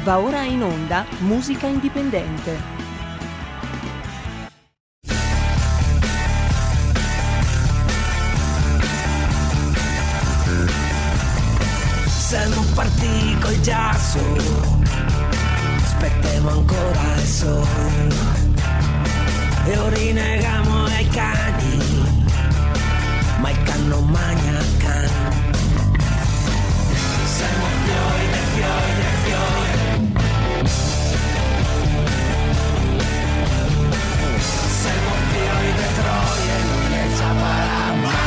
Va ora in onda Musica Indipendente. Siamo partiti col giasso, aspettiamo ancora il sole e orinegamo ai cani, ma il can non magna il can. Siamo fiori, siamo fiori di Troia e non ne saprà mai.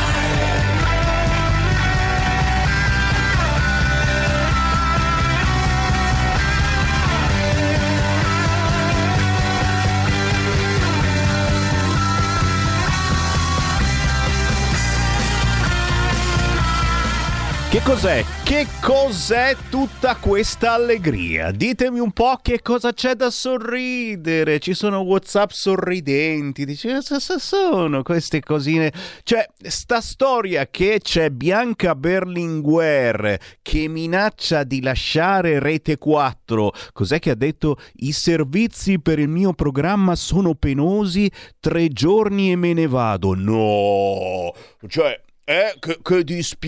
Che cos'è? Che cos'è tutta questa allegria? Ditemi un po' che cosa c'è da sorridere. Ci sono WhatsApp sorridenti. Dice, cosa sono queste cosine? Cioè, sta storia che c'è Bianca Berlinguer che minaccia di lasciare Rete 4. Cos'è che ha detto? I servizi per il mio programma sono penosi, 3 giorni e me ne vado. No! Cioè... che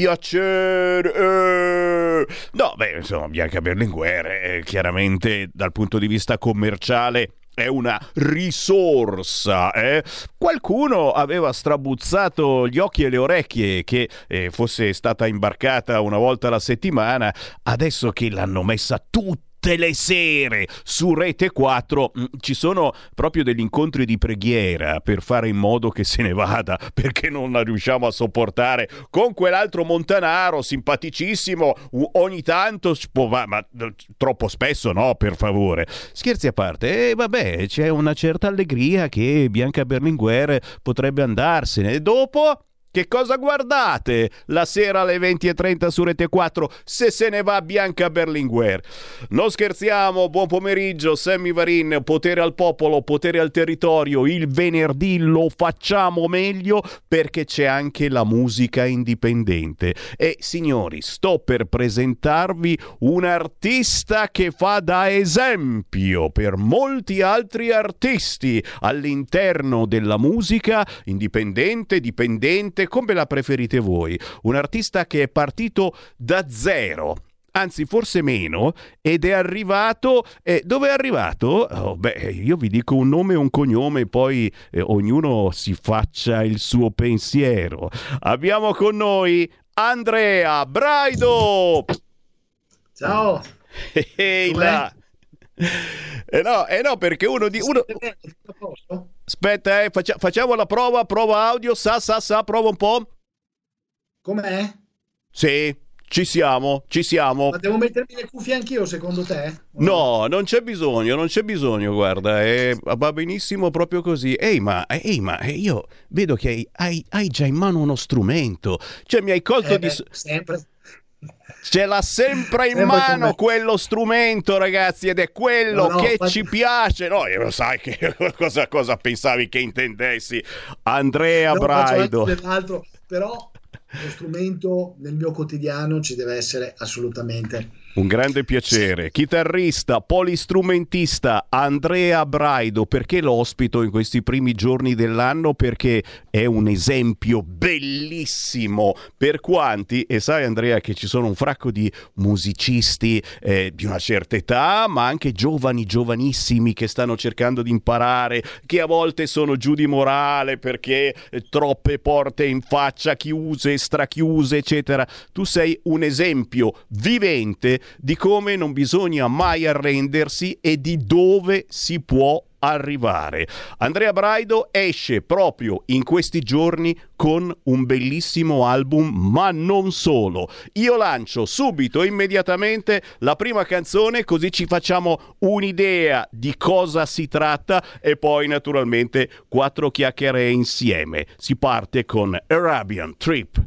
dispiacere! No, beh, insomma, Bianca Berlinguer chiaramente dal punto di vista commerciale è una risorsa, Qualcuno aveva strabuzzato gli occhi e le orecchie che fosse stata imbarcata una volta alla settimana. Adesso che l'hanno messa tutte le sere su Rete 4 ci sono proprio degli incontri di preghiera per fare in modo che se ne vada, perché non la riusciamo a sopportare con quell'altro Montanaro simpaticissimo. Ogni tanto ma troppo spesso no, per favore. Scherzi a parte, vabbè, c'è una certa allegria che Bianca Berlinguer potrebbe andarsene e dopo che cosa guardate la sera alle 20:30 su Rete 4 se se ne va Bianca Berlinguer? Non scherziamo, buon pomeriggio, Sammy Varin, potere al popolo, potere al territorio, il venerdì lo facciamo meglio perché c'è anche la musica indipendente. E signori, sto per presentarvi un artista che fa da esempio per molti altri artisti all'interno della musica indipendente, dipendente, come la preferite voi. Un artista che è partito da zero, anzi forse meno, ed è arrivato... dove è arrivato? Io vi dico un nome e un cognome, poi ognuno si faccia il suo pensiero. Abbiamo con noi Andrea Braido! Ciao! Ehi là! No, perché uno... Aspetta, facciamo la prova audio, prova un po'. Com'è? Sì, ci siamo. Ma devo mettermi le cuffie anch'io, secondo te? No, non c'è bisogno, guarda, va benissimo proprio così. Ehi, ma io vedo che hai già in mano uno strumento, cioè mi hai colto sempre. Ce l'ha sempre in mano quello strumento, ragazzi, ed è quello ci piace. No, lo sai che cosa pensavi che intendessi? Andrea Braido. Però lo strumento nel mio quotidiano ci deve essere assolutamente. Un grande piacere. Chitarrista, polistrumentista Andrea Braido. Perché lo ospito in questi primi giorni dell'anno? Perché è un esempio bellissimo per quanti, e sai Andrea che ci sono un fracco di musicisti di una certa età, ma anche giovanissimi che stanno cercando di imparare, che a volte sono giù di morale perché troppe porte in faccia, chiuse, strachiuse, eccetera. Tu sei un esempio vivente di come non bisogna mai arrendersi e di dove si può arrivare. Andrea Braido esce proprio in questi giorni con un bellissimo album, ma non solo. Io lancio subito, immediatamente, la prima canzone, così ci facciamo un'idea di cosa si tratta e poi naturalmente 4 chiacchiere insieme. Si parte con Arabian Trip.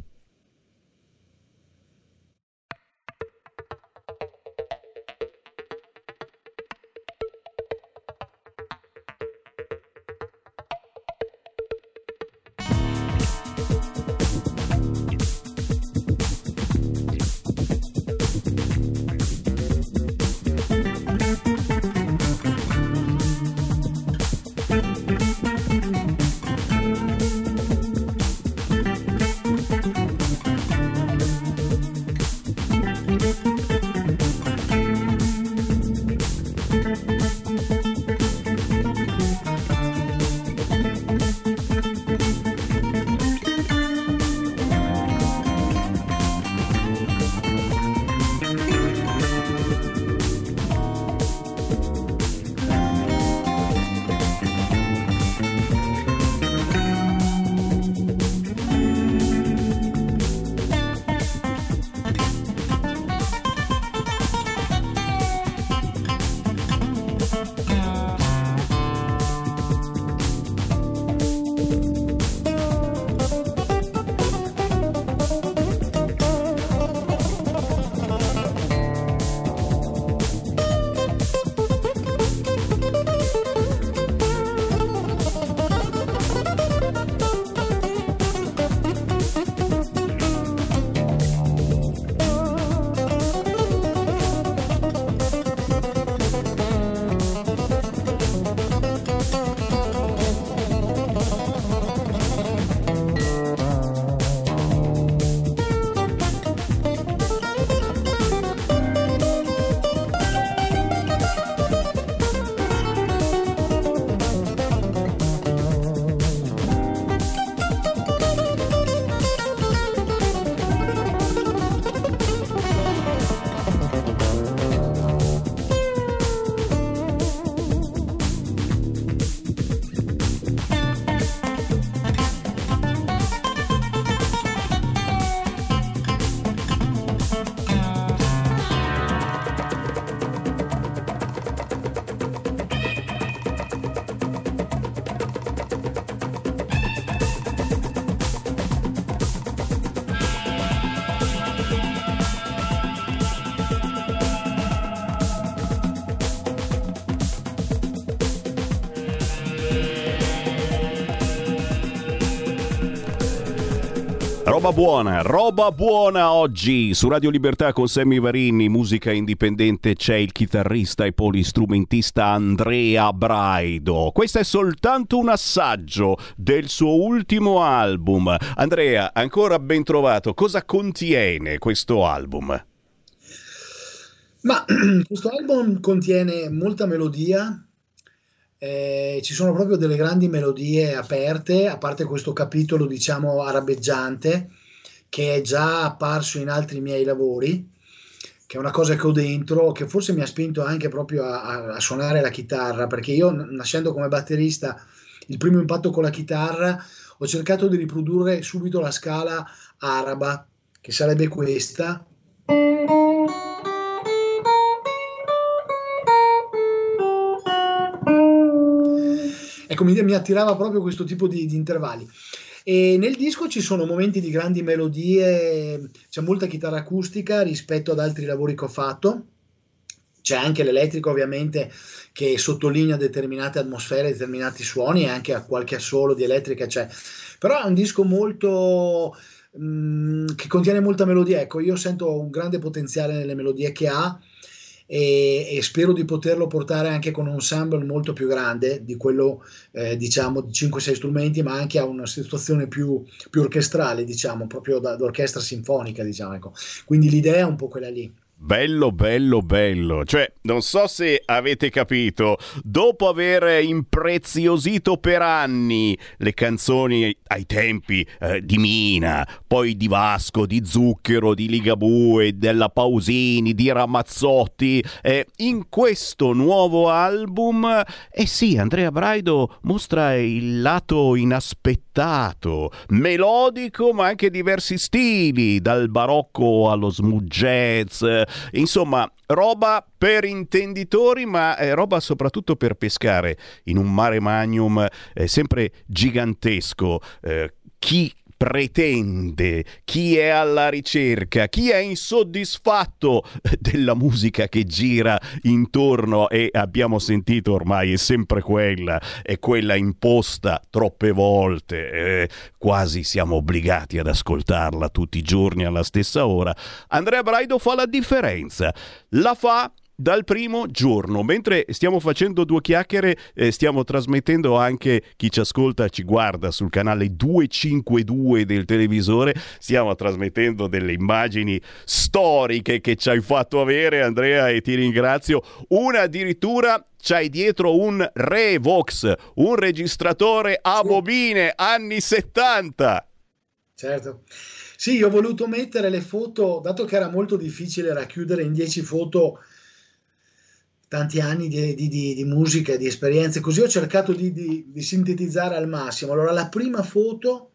Roba buona oggi su Radio Libertà con Sammy Varini, musica indipendente. C'è il chitarrista e polistrumentista Andrea Braido. Questo è soltanto un assaggio del suo ultimo album. Andrea, ancora ben trovato. Cosa contiene questo album? Ma questo album contiene molta melodia. Ci sono proprio delle grandi melodie aperte, a parte questo capitolo diciamo arabeggiante che è già apparso in altri miei lavori, che è una cosa che ho dentro, che forse mi ha spinto anche proprio a suonare la chitarra, perché io, nascendo come batterista, il primo impatto con la chitarra, ho cercato di riprodurre subito la scala araba, che sarebbe questa. Ecco, mi attirava proprio questo tipo di intervalli. E nel disco ci sono momenti di grandi melodie, c'è molta chitarra acustica rispetto ad altri lavori che ho fatto, c'è anche l'elettrico ovviamente che sottolinea determinate atmosfere, determinati suoni, e anche a qualche assolo di elettrica c'è, però è un disco molto che contiene molta melodia. Ecco, io sento un grande potenziale nelle melodie che ha, e spero di poterlo portare anche con un ensemble molto più grande di quello diciamo di 5-6 strumenti, ma anche a una situazione più orchestrale, diciamo proprio d'orchestra sinfonica, diciamo, ecco. Quindi l'idea è un po' quella lì. Bello, bello, bello. Cioè, non so se avete capito, dopo aver impreziosito per anni le canzoni ai tempi di Mina, poi di Vasco, di Zucchero, di Ligabue, della Pausini, di Ramazzotti, in questo nuovo album, sì, Andrea Braido mostra il lato inaspettato, melodico, ma anche diversi stili, dal barocco allo smooth jazz. Insomma, roba per intenditori, ma roba soprattutto per pescare in un mare magnum sempre gigantesco. Chi pretende, chi è alla ricerca, chi è insoddisfatto della musica che gira intorno, e abbiamo sentito ormai è sempre quella, è quella imposta troppe volte, quasi siamo obbligati ad ascoltarla tutti i giorni alla stessa ora. Andrea Braido fa la differenza, la fa dal primo giorno. Mentre stiamo facendo due chiacchiere, stiamo trasmettendo anche, chi ci ascolta ci guarda sul canale 252 del televisore, stiamo trasmettendo delle immagini storiche che ci hai fatto avere, Andrea, e ti ringrazio. Una addirittura c'hai dietro un Revox, un registratore a bobine anni 70. Certo. Sì, io ho voluto mettere le foto, dato che era molto difficile racchiudere in 10 foto tanti anni di musica, di esperienze, così ho cercato di sintetizzare al massimo. Allora, la prima foto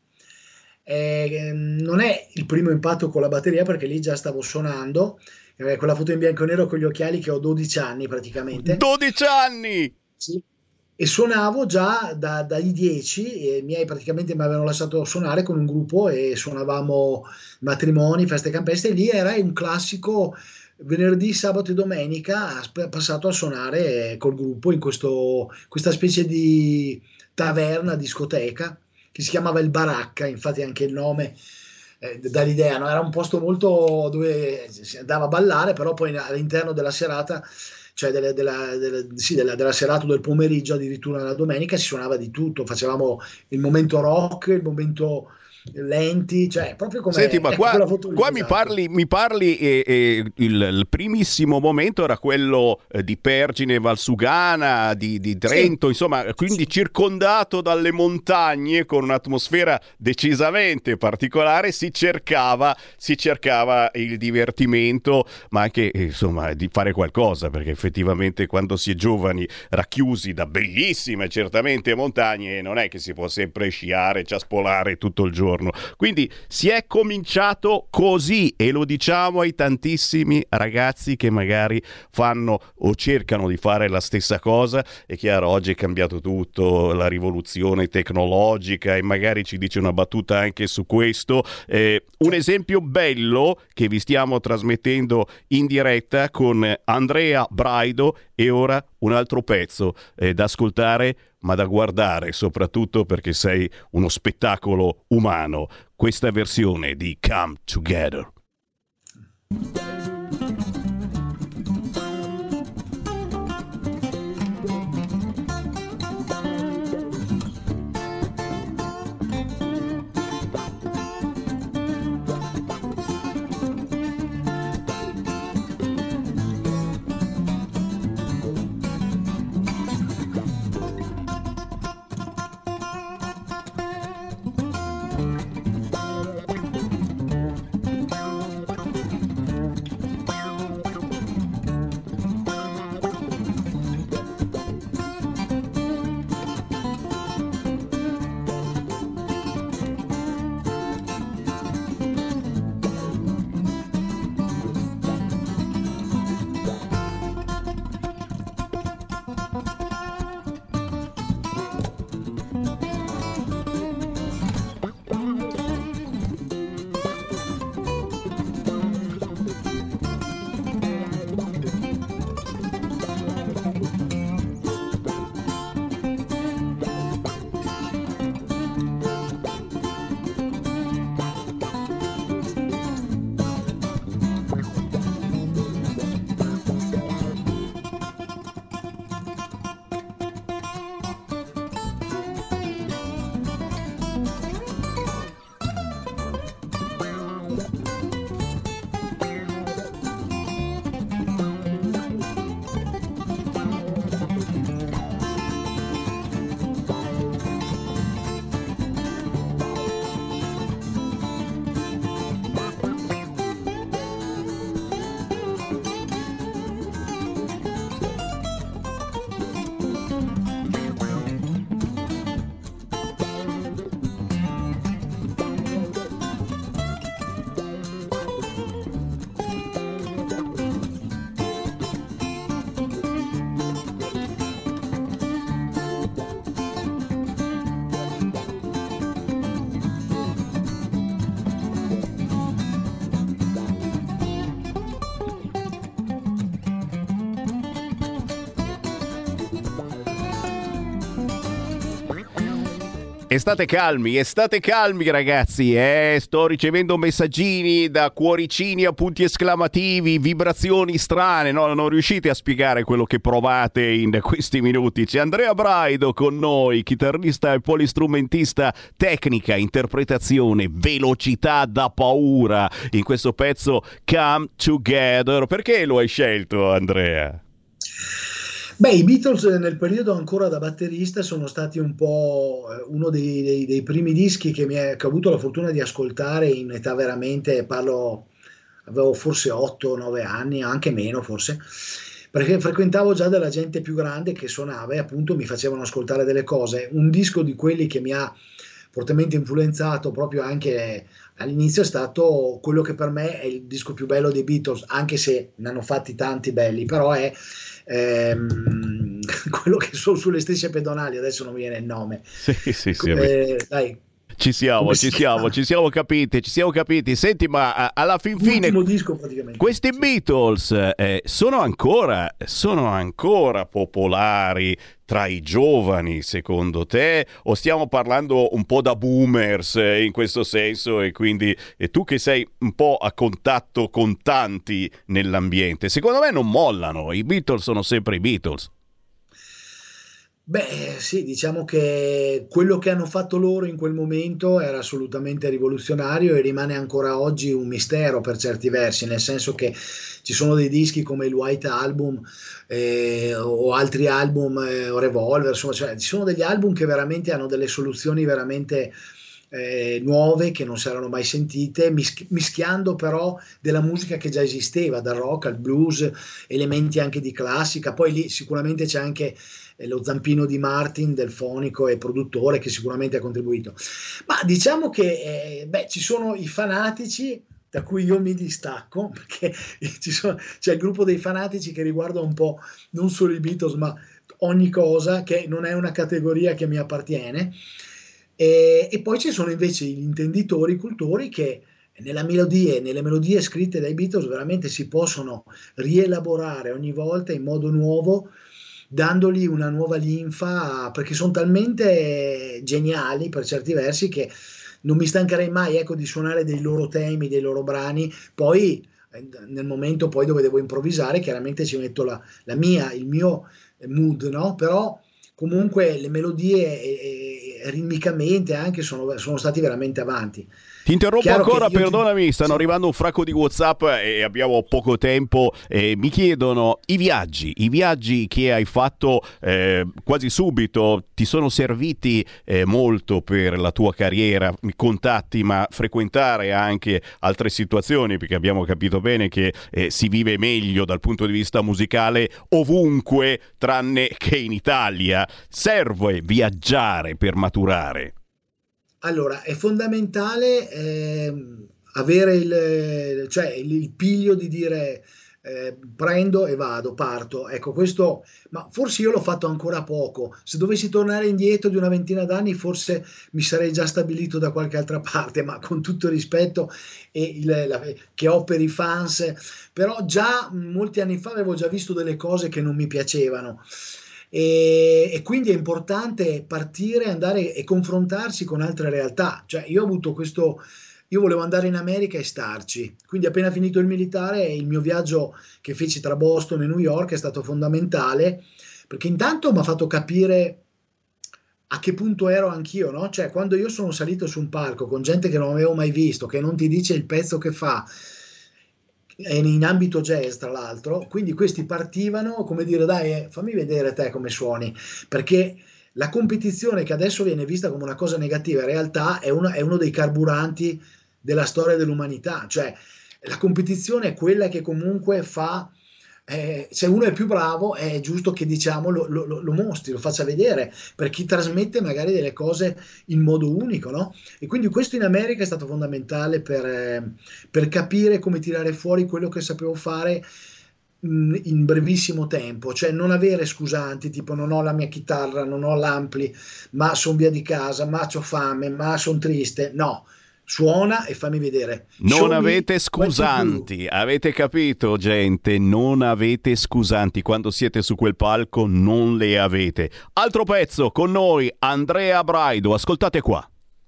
non è il primo impatto con la batteria, perché lì già stavo suonando, quella foto in bianco e nero con gli occhiali, che ho 12 anni praticamente. 12 anni! Sì. E suonavo già dai 10, e i miei praticamente mi avevano lasciato suonare con un gruppo, e suonavamo matrimoni, feste campestre, e lì era un classico venerdì, sabato e domenica passato a suonare col gruppo in questa specie di taverna, discoteca, che si chiamava il Baracca, infatti anche il nome dall'idea, no? Era un posto molto dove si andava a ballare, però poi all'interno della serata, cioè della serata o del pomeriggio, addirittura la domenica, si suonava di tutto, facevamo il momento rock, il momento lenti, cioè proprio come. Senti, ma qua mi parli il primissimo momento era quello di Pergine, Valsugana, di Trento, sì. Insomma, quindi sì, circondato dalle montagne, con un'atmosfera decisamente particolare, si cercava il divertimento, ma anche insomma di fare qualcosa, perché effettivamente quando si è giovani, racchiusi da bellissime certamente montagne, non è che si può sempre sciare, ciaspolare tutto il giorno. Quindi si è cominciato così, e lo diciamo ai tantissimi ragazzi che magari fanno o cercano di fare la stessa cosa. È chiaro, oggi è cambiato tutto, la rivoluzione tecnologica, e magari ci dice una battuta anche su questo. Un esempio bello che vi stiamo trasmettendo in diretta con Andrea Braido, e ora un altro pezzo da ascoltare, ma da guardare soprattutto, perché sei uno spettacolo umano. questa versione di Come Together. State calmi ragazzi, sto ricevendo messaggini da cuoricini a punti esclamativi, vibrazioni strane, no, non riuscite a spiegare quello che provate in questi minuti. C'è Andrea Braido con noi, chitarrista e polistrumentista, tecnica, interpretazione, velocità da paura in questo pezzo Come Together. Perché lo hai scelto, Andrea? Beh, i Beatles nel periodo ancora da batterista sono stati un po' uno dei primi dischi che ho avuto la fortuna di ascoltare in età veramente, avevo forse 8-9 anni, anche meno forse, perché frequentavo già della gente più grande che suonava e appunto mi facevano ascoltare delle cose. Un disco di quelli che mi ha fortemente influenzato proprio anche all'inizio è stato quello che per me è il disco più bello dei Beatles, anche se ne hanno fatti tanti belli, però è quello che sono sulle strisce pedonali, adesso non mi viene il nome. Sì. Dai. Ci siamo capiti. Senti, ma alla fin fine disco praticamente. Questi Beatles sono ancora popolari tra i giovani, secondo te? O stiamo parlando un po' da boomers in questo senso, e quindi tu che sei un po' a contatto con tanti nell'ambiente, secondo me non mollano, i Beatles sono sempre i Beatles. Beh, sì, diciamo che quello che hanno fatto loro in quel momento era assolutamente rivoluzionario e rimane ancora oggi un mistero per certi versi, nel senso che ci sono dei dischi come il White Album o altri album, o Revolver, insomma, cioè, ci sono degli album che veramente hanno delle soluzioni veramente nuove che non si erano mai sentite, mischiando però della musica che già esisteva, dal rock al blues, elementi anche di classica. Poi lì sicuramente c'è anche lo zampino di Martin, del fonico e produttore, che sicuramente ha contribuito. Ma diciamo che ci sono i fanatici, da cui io mi distacco, perché c'è il gruppo dei fanatici che riguarda un po' non solo i Beatles ma ogni cosa, che non è una categoria che mi appartiene. E poi ci sono invece gli intenditori, i cultori, che nelle melodie scritte dai Beatles veramente si possono rielaborare ogni volta in modo nuovo, dandogli una nuova linfa, perché sono talmente geniali per certi versi che non mi stancherei mai, ecco, di suonare dei loro temi, dei loro brani. Poi nel momento poi dove devo improvvisare, chiaramente ci metto la mia, il mio mood, no? Però comunque le melodie ritmicamente anche sono stati veramente avanti. Ti interrompo Chiaro ancora, che io perdonami, stanno sì. arrivando un fracco di WhatsApp e abbiamo poco tempo. Mi chiedono i viaggi che hai fatto quasi subito, ti sono serviti molto per la tua carriera, contatti, ma frequentare anche altre situazioni, perché abbiamo capito bene che si vive meglio dal punto di vista musicale ovunque, tranne che in Italia. Serve viaggiare per maturare. Allora, è fondamentale avere il piglio di dire prendo e vado, parto. Ecco, questo, ma forse io l'ho fatto ancora poco. Se dovessi tornare indietro di una ventina d'anni, forse mi sarei già stabilito da qualche altra parte, ma con tutto il rispetto che ho per i fans, però già molti anni fa avevo già visto delle cose che non mi piacevano. E quindi è importante partire, andare e confrontarsi con altre realtà. Cioè, io volevo andare in America e starci, quindi appena finito il militare, il mio viaggio che feci tra Boston e New York è stato fondamentale, perché intanto mi ha fatto capire a che punto ero anch'io, no? Cioè, quando io sono salito su un palco con gente che non avevo mai visto, che non ti dice il pezzo che fa, e in ambito jazz tra l'altro, quindi questi partivano come dire dai, fammi vedere te come suoni, perché la competizione, che adesso viene vista come una cosa negativa, in realtà è uno dei carburanti della storia dell'umanità. Cioè la competizione è quella che comunque fa, se uno è più bravo è giusto che diciamo lo mostri, lo faccia vedere, per chi trasmette magari delle cose in modo unico, no? E quindi questo in America è stato fondamentale per capire come tirare fuori quello che sapevo fare in brevissimo tempo, cioè non avere scusanti tipo non ho la mia chitarra, non ho l'ampli, ma sono via di casa, ma c'ho fame, ma sono triste. No, suona e fammi vedere. Non avete scusanti, avete capito, gente? Non avete scusanti. Quando siete su quel palco non le avete. Altro pezzo con noi, Andrea Braido. Ascoltate qua.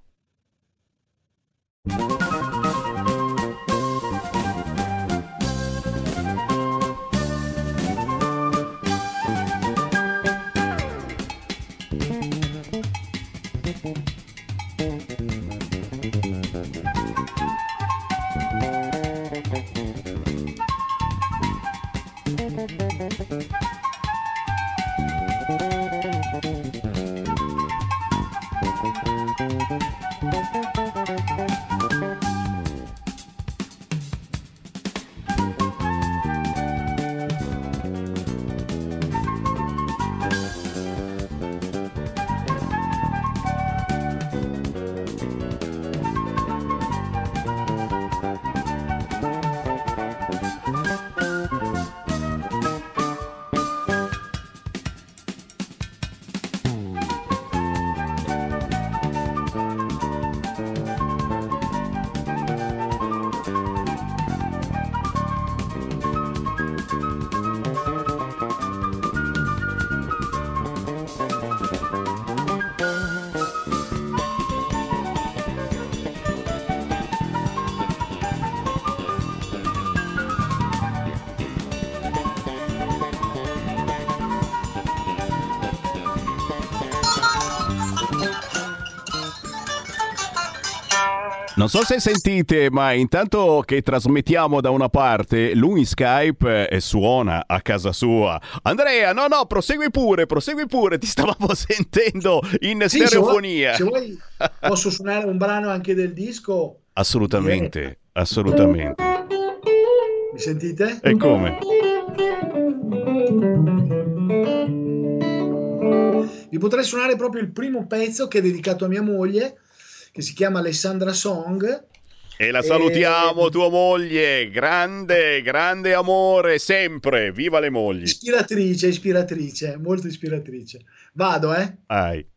Non so se sentite, ma intanto che trasmettiamo da una parte, lui in Skype suona a casa sua. Andrea, no, prosegui pure, ti stavamo sentendo in stereofonia. Se vuoi, posso suonare un brano anche del disco? Assolutamente. Mi sentite? E come? Vi potrei suonare proprio il primo pezzo che è dedicato a mia moglie, che si chiama Alessandra Song. E la salutiamo, tua moglie, grande amore, sempre, viva le mogli. Ispiratrice, molto ispiratrice. Vado, Vai.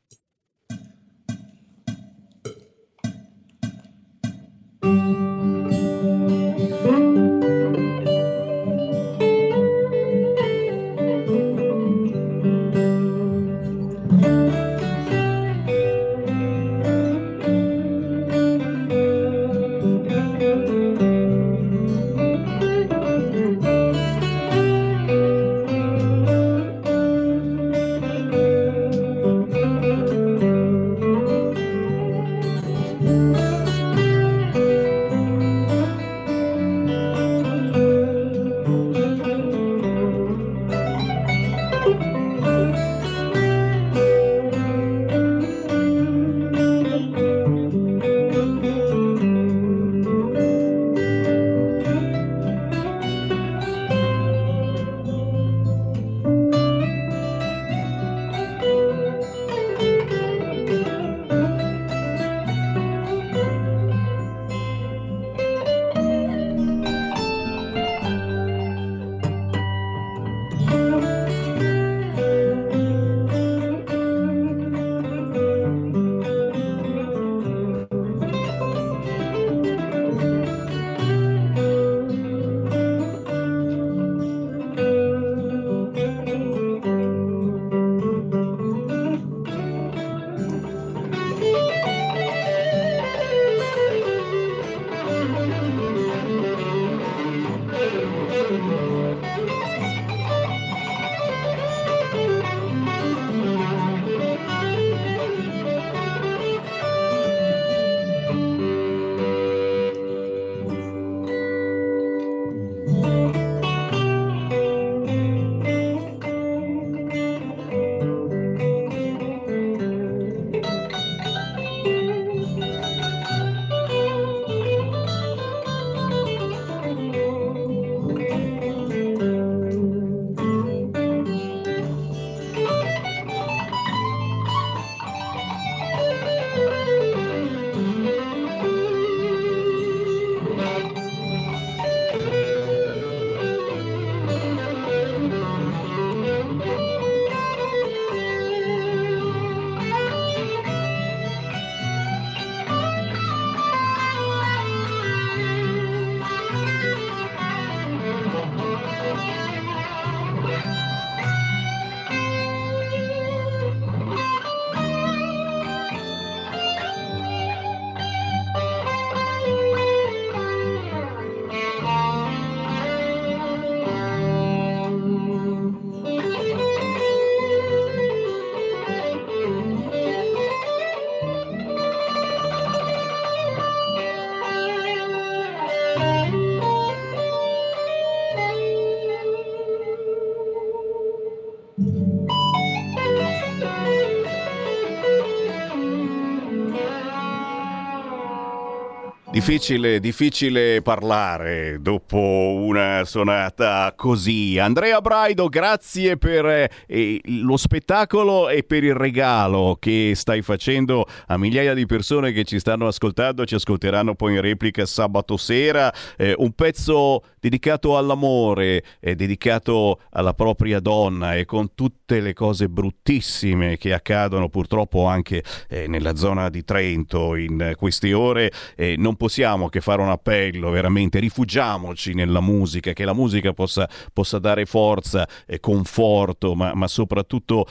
Difficile parlare dopo una sonata così. Andrea Braido, grazie per lo spettacolo e per il regalo che stai facendo a migliaia di persone che ci stanno ascoltando, ci ascolteranno poi in replica sabato sera. Un pezzo dedicato all'amore, dedicato alla propria donna, e con tutte le cose bruttissime che accadono purtroppo anche nella zona di Trento in queste ore. Non possiamo che fare un appello, veramente, rifugiamoci nella musica, che la musica possa dare forza, conforto, ma soprattutto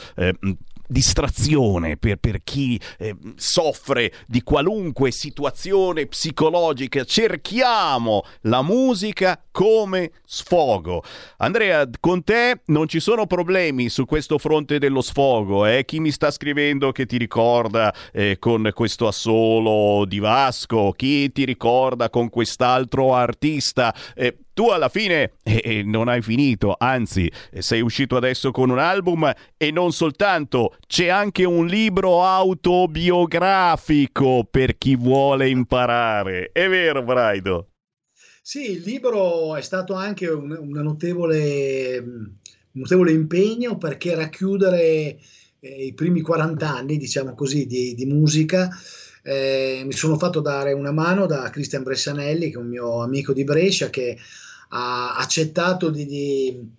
distrazione per chi soffre di qualunque situazione psicologica. Cerchiamo la musica come sfogo. Andrea, con te non ci sono problemi su questo fronte dello sfogo, chi mi sta scrivendo che ti ricorda con questo assolo di Vasco, chi ti ricorda con quest'altro artista. Tu alla fine non hai finito, anzi sei uscito adesso con un album, e non soltanto, c'è anche un libro autobiografico per chi vuole imparare. È vero, Braido? Sì, il libro è stato anche un notevole impegno, perché racchiudere i primi 40 anni, diciamo così, di musica. Mi sono fatto dare una mano da Cristian Bressanelli, che è un mio amico di Brescia, che ha accettato di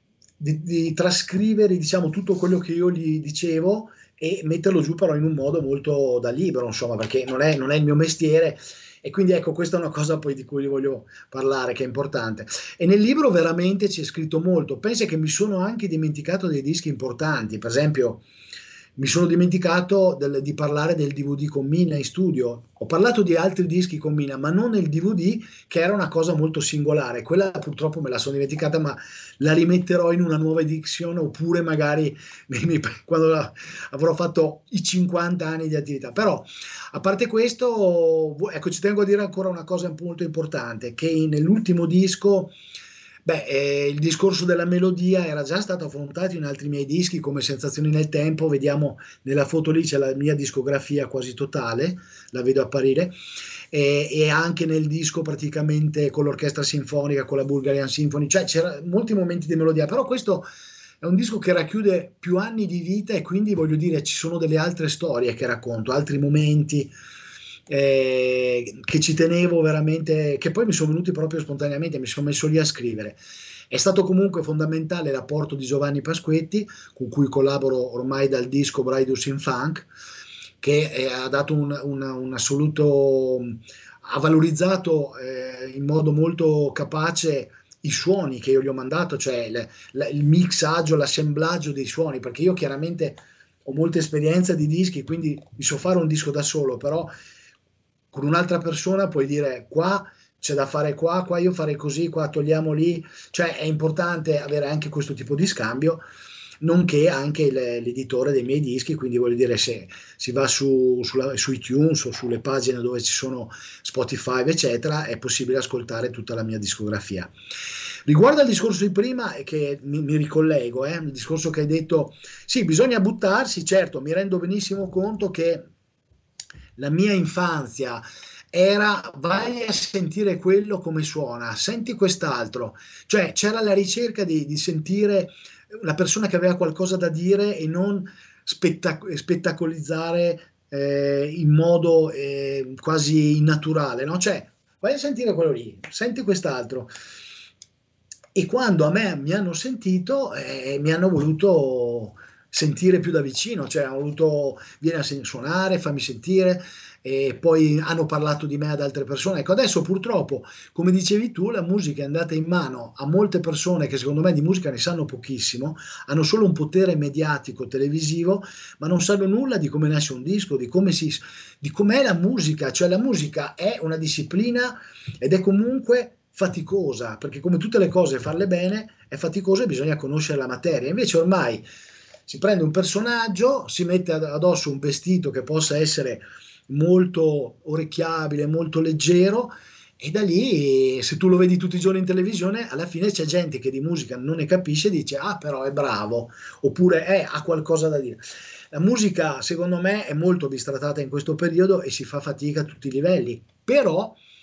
trascrivere, diciamo, tutto quello che io gli dicevo e metterlo giù però in un modo molto da libro, insomma, perché non è il mio mestiere. E quindi ecco, questa è una cosa poi di cui voglio parlare, che è importante. E nel libro veramente c'è scritto molto. Pensa che mi sono anche dimenticato dei dischi importanti. Per esempio, mi sono dimenticato di parlare del DVD con Mina in studio. Ho parlato di altri dischi con Mina, ma non nel DVD, che era una cosa molto singolare. Quella purtroppo me la sono dimenticata, ma la rimetterò in una nuova edizione, oppure magari quando avrò fatto i 50 anni di attività. Però, a parte questo, ecco, ci tengo a dire ancora una cosa molto importante, che nell'ultimo disco, il discorso della melodia era già stato affrontato in altri miei dischi, come Sensazioni nel tempo. Vediamo nella foto lì, c'è la mia discografia quasi totale, la vedo apparire, e anche nel disco praticamente con l'orchestra sinfonica, con la Bulgarian Symphony, cioè c'erano molti momenti di melodia. Però questo è un disco che racchiude più anni di vita, e quindi voglio dire, ci sono delle altre storie che racconto, altri momenti che ci tenevo veramente, che poi mi sono venuti proprio spontaneamente, mi sono messo lì a scrivere. È stato comunque fondamentale il rapporto di Giovanni Pasquetti, con cui collaboro ormai dal disco Bridus in Funk, che ha dato un assoluto, ha valorizzato in modo molto capace i suoni che io gli ho mandato, cioè il mixaggio, l'assemblaggio dei suoni, perché io chiaramente ho molta esperienza di dischi, quindi mi so fare un disco da solo, però con un'altra persona puoi dire: qua c'è da fare, qua io farei così, qua togliamo lì. Cioè è importante avere anche questo tipo di scambio, nonché anche l'editore dei miei dischi. Quindi voglio dire, se si va su iTunes o sulle pagine dove ci sono Spotify eccetera, è possibile ascoltare tutta la mia discografia. Riguardo al discorso di prima, che mi ricollego, il discorso che hai detto, sì, bisogna buttarsi, certo, mi rendo benissimo conto che la mia infanzia era: vai a sentire quello come suona, senti quest'altro, cioè c'era la ricerca di sentire la persona che aveva qualcosa da dire e non spettacolizzare in modo quasi innaturale, no? Cioè vai a sentire quello lì, senti quest'altro. E quando a me mi hanno sentito, mi hanno voluto sentire più da vicino, cioè hanno voluto: vieni a suonare, fammi sentire. E poi hanno parlato di me ad altre persone. Ecco, adesso purtroppo, come dicevi tu, la musica è andata in mano a molte persone che secondo me di musica ne sanno pochissimo, hanno solo un potere mediatico, televisivo, ma non sanno nulla di come nasce un disco, di com'è la musica. Cioè la musica è una disciplina ed è comunque faticosa, perché come tutte le cose farle bene è faticoso e bisogna conoscere la materia. Invece ormai si prende un personaggio, si mette addosso un vestito che possa essere molto orecchiabile, molto leggero, e da lì, se tu lo vedi tutti i giorni in televisione, alla fine c'è gente che di musica non ne capisce e dice: ah, però è bravo, oppure ha qualcosa da dire. La musica secondo me è molto bistrattata in questo periodo e si fa fatica a tutti i livelli, però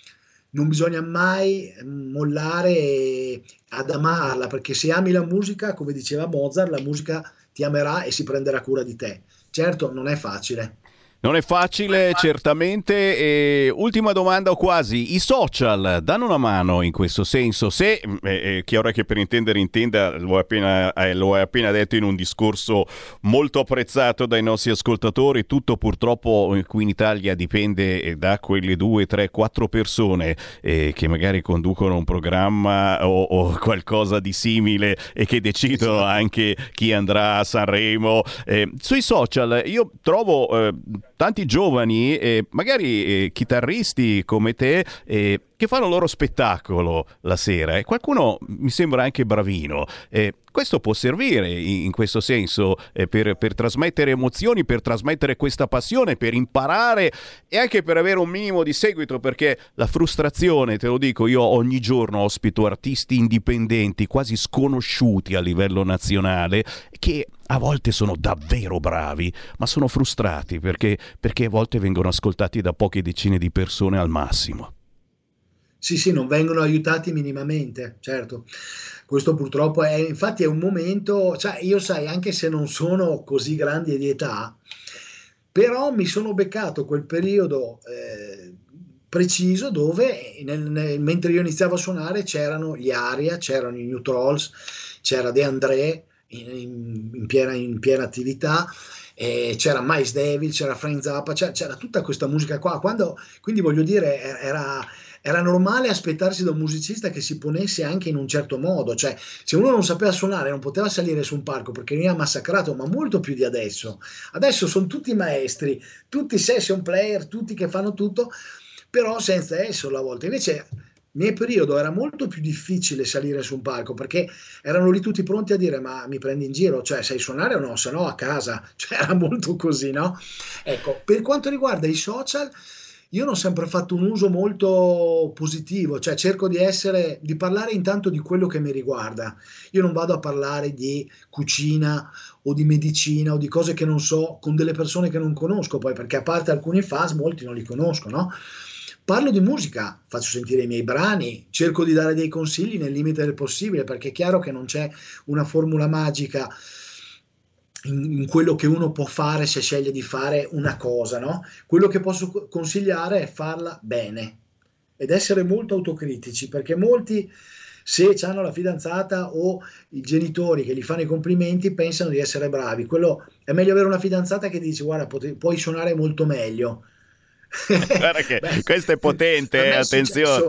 non bisogna mai mollare ad amarla, perché se ami la musica, come diceva Mozart, la musica ti amerà e si prenderà cura di te. Certo, non è facile. Non è facile, certamente. E ultima domanda o quasi, i social danno una mano in questo senso? Se, chiaro che per intendere intenda, lo hai appena detto in un discorso molto apprezzato dai nostri ascoltatori, tutto purtroppo qui in Italia dipende da quelle 2, 3, 4 persone che magari conducono un programma o qualcosa di simile e che decidono anche chi andrà a Sanremo. Sui social io trovo tanti giovani, magari chitarristi come te, che fanno il loro spettacolo la sera e qualcuno mi sembra anche bravino. Questo può servire in questo senso per trasmettere emozioni, per trasmettere questa passione, per imparare e anche per avere un minimo di seguito, perché la frustrazione, te lo dico, io ogni giorno ospito artisti indipendenti, quasi sconosciuti a livello nazionale, che a volte sono davvero bravi, ma sono frustrati perché a volte vengono ascoltati da poche decine di persone al massimo. Sì, non vengono aiutati minimamente, certo. Questo purtroppo infatti è un momento, cioè io sai, anche se non sono così grandi di età, però mi sono beccato quel periodo preciso dove mentre io iniziavo a suonare c'erano gli Aria, c'erano i New Trolls, c'era De André in piena attività, c'era Miles Davis, c'era Frank Zappa, c'era tutta questa musica qua. Quindi voglio dire, era normale aspettarsi da un musicista che si ponesse anche in un certo modo, cioè se uno non sapeva suonare non poteva salire su un palco perché veniva massacrato, ma molto più di adesso. Adesso sono tutti maestri, tutti session player, tutti che fanno tutto, però senza essere a volte. Invece nel mio periodo era molto più difficile salire su un palco perché erano lì tutti pronti a dire ma mi prendi in giro, cioè sai suonare o no, se no a casa, cioè era molto così, no? Ecco, per quanto riguarda i social, io ne ho sempre fatto un uso molto positivo, cioè cerco di parlare intanto di quello che mi riguarda. Io non vado a parlare di cucina o di medicina o di cose che non so con delle persone che non conosco poi, perché a parte alcuni fans, molti non li conosco, no? Parlo di musica, faccio sentire i miei brani, cerco di dare dei consigli nel limite del possibile, perché è chiaro che non c'è una formula magica in quello che uno può fare se sceglie di fare una cosa, no? Quello che posso consigliare è farla bene ed essere molto autocritici, perché molti, se hanno la fidanzata o i genitori che gli fanno i complimenti, pensano di essere bravi. Quello è meglio avere una fidanzata che dice guarda, puoi suonare molto meglio. Guarda che questo è potente, attenzione.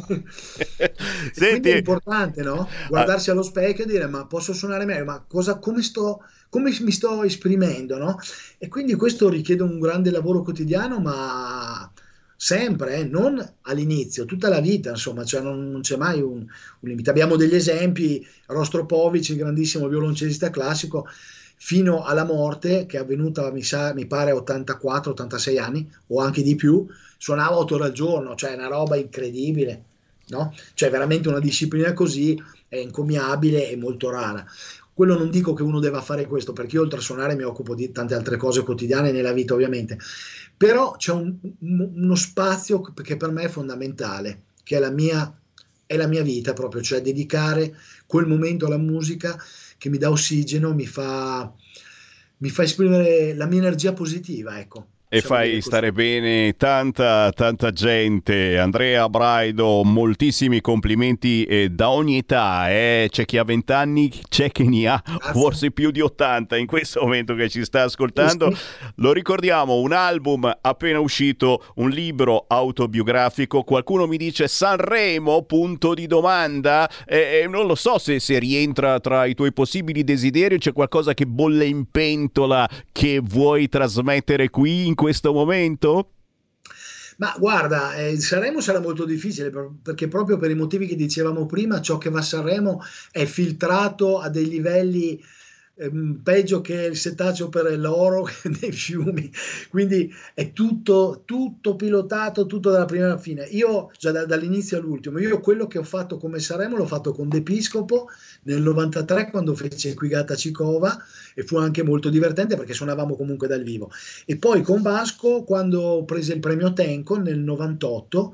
Quindi è importante, no? Guardarsi allo specchio e dire ma posso suonare meglio, ma come mi sto esprimendo, no? E quindi questo richiede un grande lavoro quotidiano, ma sempre, non all'inizio, tutta la vita, insomma, cioè non c'è mai un limite. Abbiamo degli esempi, Rostropovich, il grandissimo violoncellista classico, fino alla morte, che è avvenuta mi pare 84-86 anni o anche di più, suonava 8 ore al giorno, cioè è una roba incredibile, no? Cioè veramente una disciplina così è encomiabile e molto rara. Quello non dico che uno deve fare questo, perché io oltre a suonare mi occupo di tante altre cose quotidiane nella vita ovviamente, però c'è uno spazio che per me è fondamentale, che è la mia vita proprio, cioè dedicare quel momento alla musica che mi dà ossigeno, mi fa esprimere la mia energia positiva, ecco. E fai stare bene tanta gente. Andrea Braido, moltissimi complimenti da ogni età. C'è chi ha 20 anni, c'è chi ne ha forse più di 80 in questo momento che ci sta ascoltando. Lo ricordiamo, un album appena uscito, un libro autobiografico. Qualcuno mi dice Sanremo, punto di domanda. Non lo so se rientra tra i tuoi possibili desideri. C'è qualcosa che bolle in pentola che vuoi trasmettere qui in questo momento? Ma guarda, Sanremo sarà molto difficile perché proprio per i motivi che dicevamo prima, ciò che va a Sanremo è filtrato a dei livelli peggio che il settaggio per l'oro nei fiumi, quindi è tutto pilotato, tutto dalla prima alla fine. Io già dall'inizio all'ultimo, io quello che ho fatto come Sanremo l'ho fatto con De Piscopo nel 93 quando fece qui Gata Cicova, e fu anche molto divertente perché suonavamo comunque dal vivo, e poi con Vasco quando prese il premio Tenco nel 98,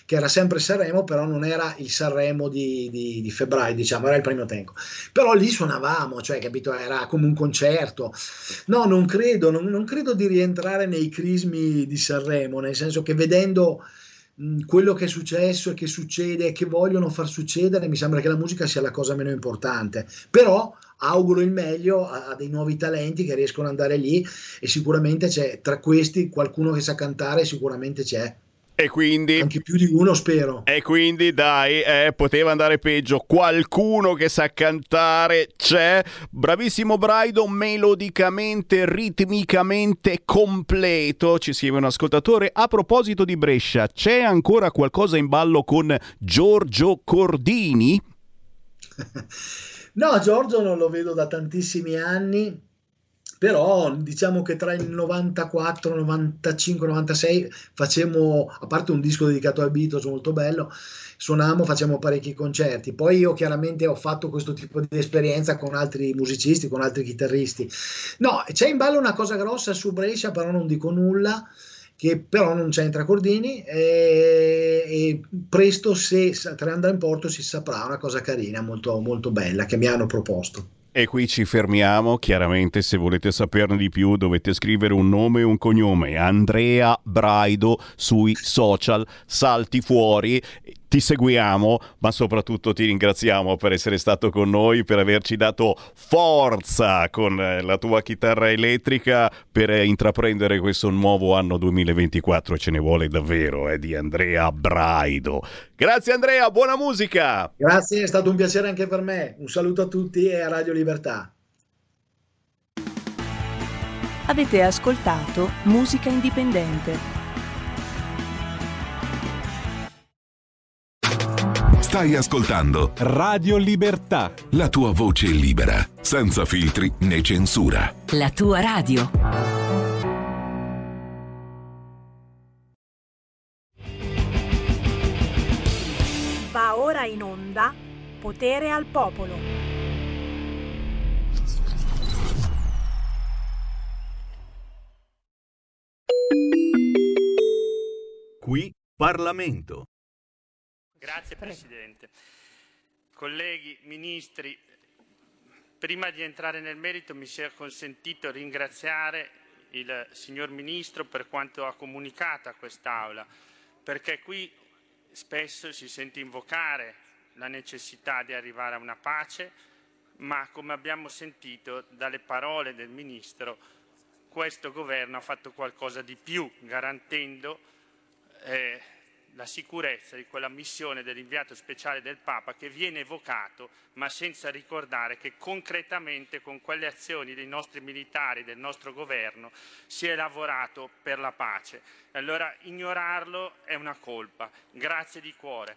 che era sempre Sanremo, però non era il Sanremo di febbraio, diciamo, era il primo tempo. Però lì suonavamo, cioè, capito, era come un concerto. No, non credo di rientrare nei crismi di Sanremo, nel senso che vedendo quello che è successo e che succede e che vogliono far succedere, mi sembra che la musica sia la cosa meno importante, però auguro il meglio a dei nuovi talenti che riescono ad andare lì, e sicuramente c'è tra questi qualcuno che sa cantare, sicuramente c'è. E quindi, anche più di uno, spero. E quindi dai, poteva andare peggio. Qualcuno che sa cantare c'è. Bravissimo Braido, melodicamente, ritmicamente completo. Ci scrive un ascoltatore: a proposito di Brescia, c'è ancora qualcosa in ballo con Giorgio Cordini? No, Giorgio non lo vedo da tantissimi anni, però diciamo che tra il 94, 95, 96 facemmo, a parte un disco dedicato ai Beatles molto bello, suonavamo, facciamo parecchi concerti. Poi io chiaramente ho fatto questo tipo di esperienza con altri musicisti, con altri chitarristi. No, c'è in ballo una cosa grossa su Brescia, però non dico nulla, che però non c'entra Cordini, e presto, se andrà in porto, si saprà una cosa carina, molto, molto bella, che mi hanno proposto. E qui ci fermiamo. Chiaramente, se volete saperne di più, dovete scrivere un nome e un cognome: Andrea Braido sui social. Salti fuori, ti seguiamo, ma soprattutto ti ringraziamo per essere stato con noi, per averci dato forza con la tua chitarra elettrica per intraprendere questo nuovo anno 2024. Ce ne vuole davvero, di Andrea Braido. Grazie Andrea, buona musica! Grazie, è stato un piacere anche per me. Un saluto a tutti e a Radio Libertà. Avete ascoltato Musica Indipendente. Stai ascoltando Radio Libertà, la tua voce libera, senza filtri né censura. La tua radio. Va ora in onda Potere al Popolo. Qui Parlamento. Grazie Presidente. Colleghi, ministri, prima di entrare nel merito mi sia consentito ringraziare il signor Ministro per quanto ha comunicato a quest'Aula, perché qui spesso si sente invocare la necessità di arrivare a una pace, ma come abbiamo sentito dalle parole del Ministro, questo Governo ha fatto qualcosa di più, garantendo la sicurezza di quella missione dell'inviato speciale del Papa che viene evocato, ma senza ricordare che concretamente con quelle azioni dei nostri militari, del nostro governo, si è lavorato per la pace. Allora ignorarlo è una colpa. Grazie di cuore.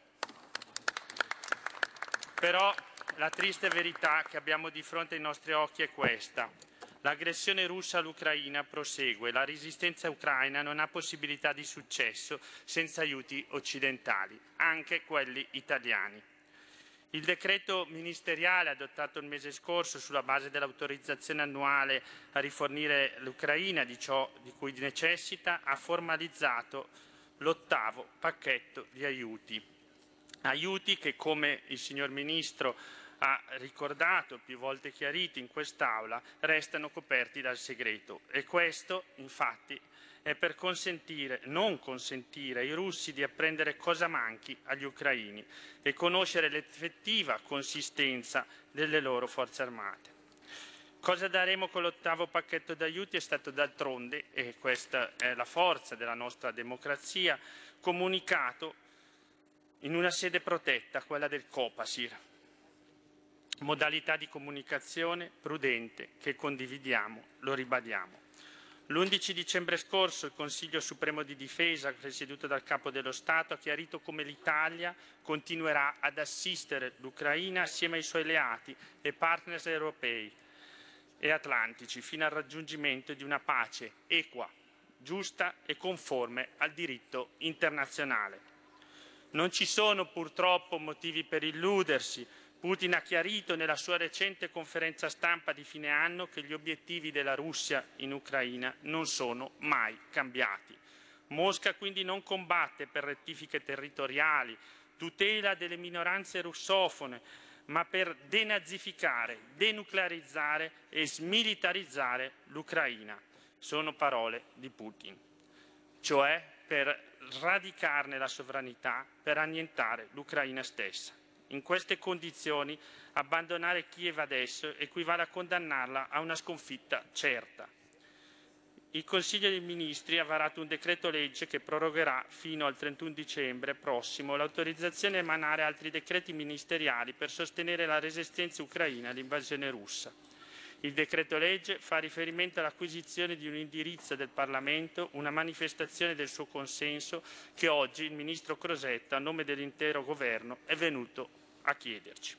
Però la triste verità che abbiamo di fronte ai nostri occhi è questa. L'aggressione russa all'Ucraina prosegue, la resistenza ucraina non ha possibilità di successo senza aiuti occidentali, anche quelli italiani. Il decreto ministeriale adottato il mese scorso sulla base dell'autorizzazione annuale a rifornire l'Ucraina di ciò di cui necessita ha formalizzato l'8° pacchetto di aiuti. Aiuti che, come il signor Ministro ha ricordato, più volte chiariti in quest'Aula, restano coperti dal segreto. E questo, infatti, è per non consentire ai russi di apprendere cosa manchi agli ucraini e conoscere l'effettiva consistenza delle loro forze armate. Cosa daremo con l'8° pacchetto d'aiuti è stato d'altronde, e questa è la forza della nostra democrazia, comunicato in una sede protetta, quella del Copasir. Modalità di comunicazione prudente che condividiamo, lo ribadiamo. L'11 dicembre scorso il Consiglio Supremo di Difesa, presieduto dal Capo dello Stato, ha chiarito come l'Italia continuerà ad assistere l'Ucraina assieme ai suoi alleati e partners europei e atlantici fino al raggiungimento di una pace equa, giusta e conforme al diritto internazionale. Non ci sono purtroppo motivi per illudersi. Putin ha chiarito nella sua recente conferenza stampa di fine anno che gli obiettivi della Russia in Ucraina non sono mai cambiati. Mosca quindi non combatte per rettifiche territoriali, tutela delle minoranze russofone, ma per denazificare, denuclearizzare e smilitarizzare l'Ucraina. Sono parole di Putin, cioè per radicarne la sovranità, per annientare l'Ucraina stessa. In queste condizioni abbandonare Kiev adesso equivale a condannarla a una sconfitta certa. Il Consiglio dei Ministri ha varato un decreto legge che prorogherà fino al 31 dicembre prossimo l'autorizzazione a emanare altri decreti ministeriali per sostenere la resistenza ucraina all'invasione russa. Il decreto legge fa riferimento all'acquisizione di un indirizzo del Parlamento, una manifestazione del suo consenso che oggi il Ministro Crosetta, a nome dell'intero Governo, è venuto a chiederci.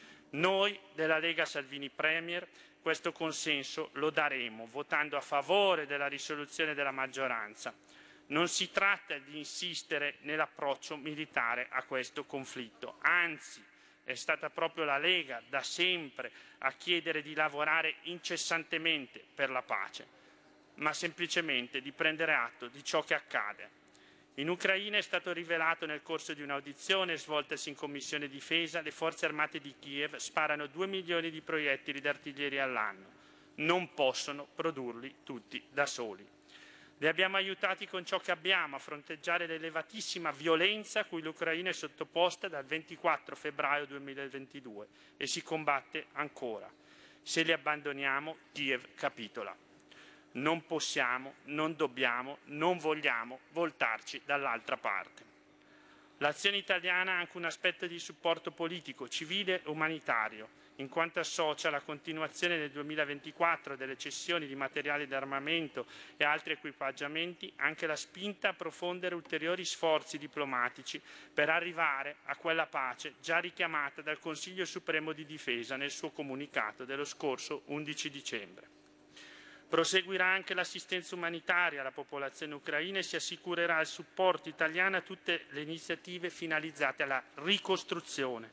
Noi della Lega Salvini Premier questo consenso lo daremo votando a favore della risoluzione della maggioranza. Non si tratta di insistere nell'approccio militare a questo conflitto, anzi è stata proprio la Lega da sempre a chiedere di lavorare incessantemente per la pace, ma semplicemente di prendere atto di ciò che accade. In Ucraina è stato rivelato nel corso di un'audizione svoltasi in Commissione Difesa, le forze armate di Kiev sparano 2 milioni di proiettili d'artiglieria all'anno. Non possono produrli tutti da soli. Li abbiamo aiutati con ciò che abbiamo a fronteggiare l'elevatissima violenza a cui l'Ucraina è sottoposta dal 24 febbraio 2022 e si combatte ancora. Se li abbandoniamo, Kiev capitola. Non possiamo, non dobbiamo, non vogliamo voltarci dall'altra parte. L'azione italiana ha anche un aspetto di supporto politico, civile e umanitario, in quanto associa la continuazione nel 2024 delle cessioni di materiali d'armamento e altri equipaggiamenti anche la spinta a profondere ulteriori sforzi diplomatici per arrivare a quella pace già richiamata dal Consiglio Supremo di Difesa nel suo comunicato dello scorso 11 dicembre. Proseguirà anche l'assistenza umanitaria alla popolazione ucraina e si assicurerà il supporto italiano a tutte le iniziative finalizzate alla ricostruzione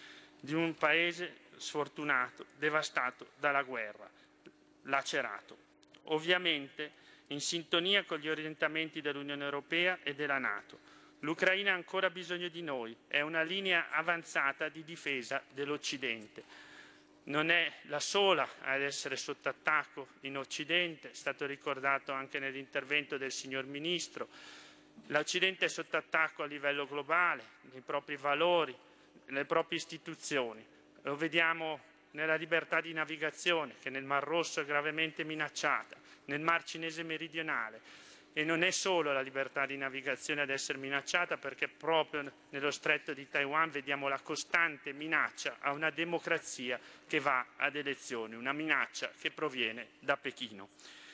di un paese sfortunato, devastato dalla guerra, lacerato. Ovviamente in sintonia con gli orientamenti dell'Unione Europea e della NATO. L'Ucraina ha ancora bisogno di noi, è una linea avanzata di difesa dell'Occidente. Non è la sola ad essere sotto attacco in Occidente, è stato ricordato anche nell'intervento del signor Ministro. L'Occidente è sotto attacco a livello globale, nei propri valori, nelle proprie istituzioni. Lo vediamo nella libertà di navigazione, che nel Mar Rosso è gravemente minacciata, nel Mar Cinese meridionale. E non è solo la libertà di navigazione ad essere minacciata, perché proprio nello stretto di Taiwan vediamo la costante minaccia a una democrazia che va ad elezioni, una minaccia che proviene da Pechino.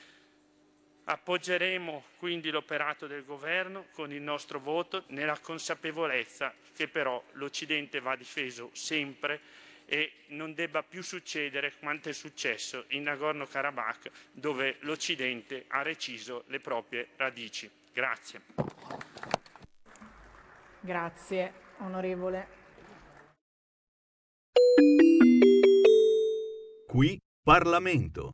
Appoggeremo quindi l'operato del Governo con il nostro voto, nella consapevolezza che però l'Occidente va difeso sempre e non debba più succedere quanto è successo in Nagorno-Karabakh, dove l'Occidente ha reciso le proprie radici. Grazie. Grazie, onorevole. Qui Parlamento.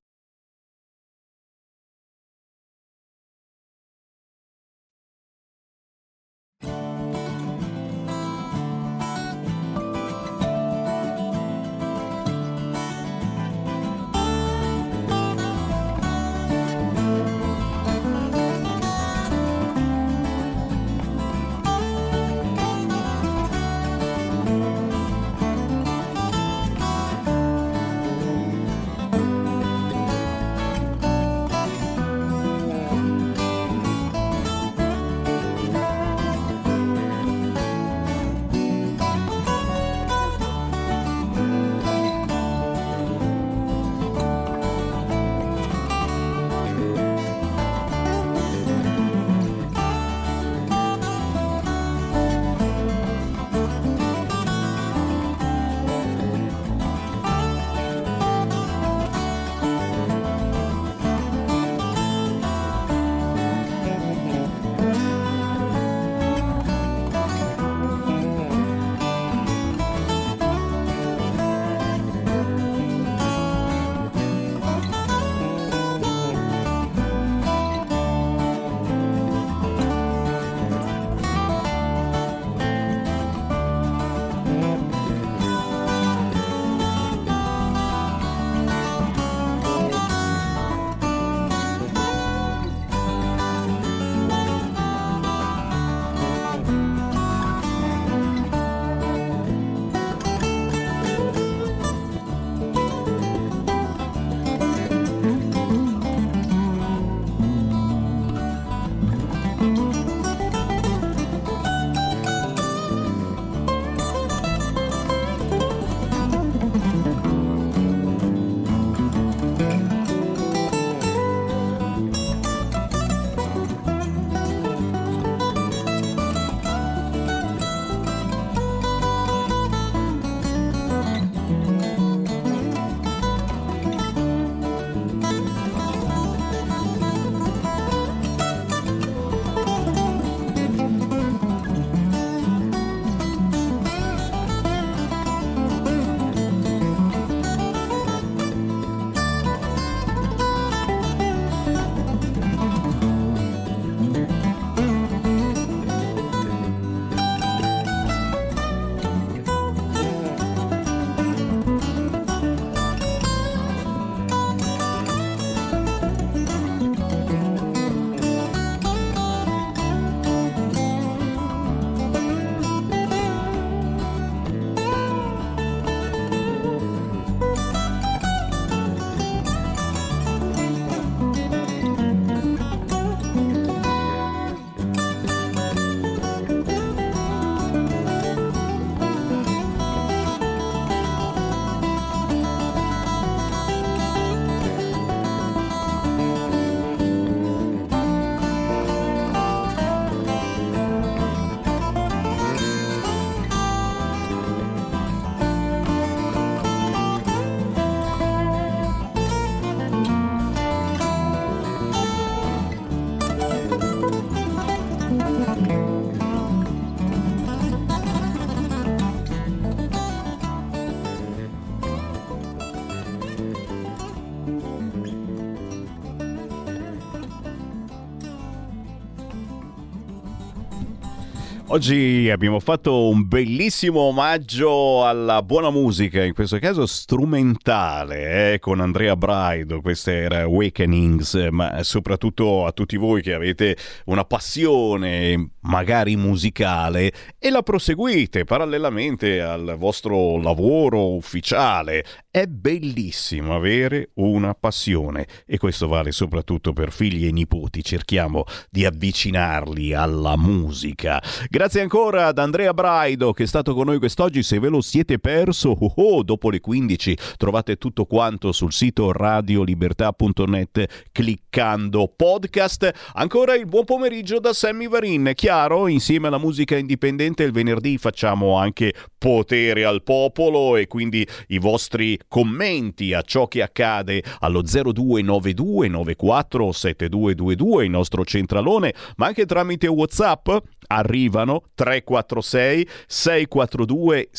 Oggi abbiamo fatto un bellissimo omaggio alla buona musica, in questo caso strumentale, con Andrea Braido. Questa era Awakenings, ma soprattutto a tutti voi che avete una passione magari musicale e la proseguite parallelamente al vostro lavoro ufficiale. È bellissimo avere una passione e questo vale soprattutto per figli e nipoti. Cerchiamo di avvicinarli alla musica. Grazie ancora ad Andrea Braido che è stato con noi quest'oggi. Se ve lo siete perso, dopo le 15 trovate tutto quanto sul sito radiolibertà.net cliccando podcast. Ancora il buon pomeriggio da Sammy Varin. Chiaro, insieme alla musica indipendente il venerdì facciamo anche Potere al Popolo e quindi i vostri commenti a ciò che accade allo 0292 94 7222, il nostro centralone, ma anche tramite WhatsApp arrivano 346 642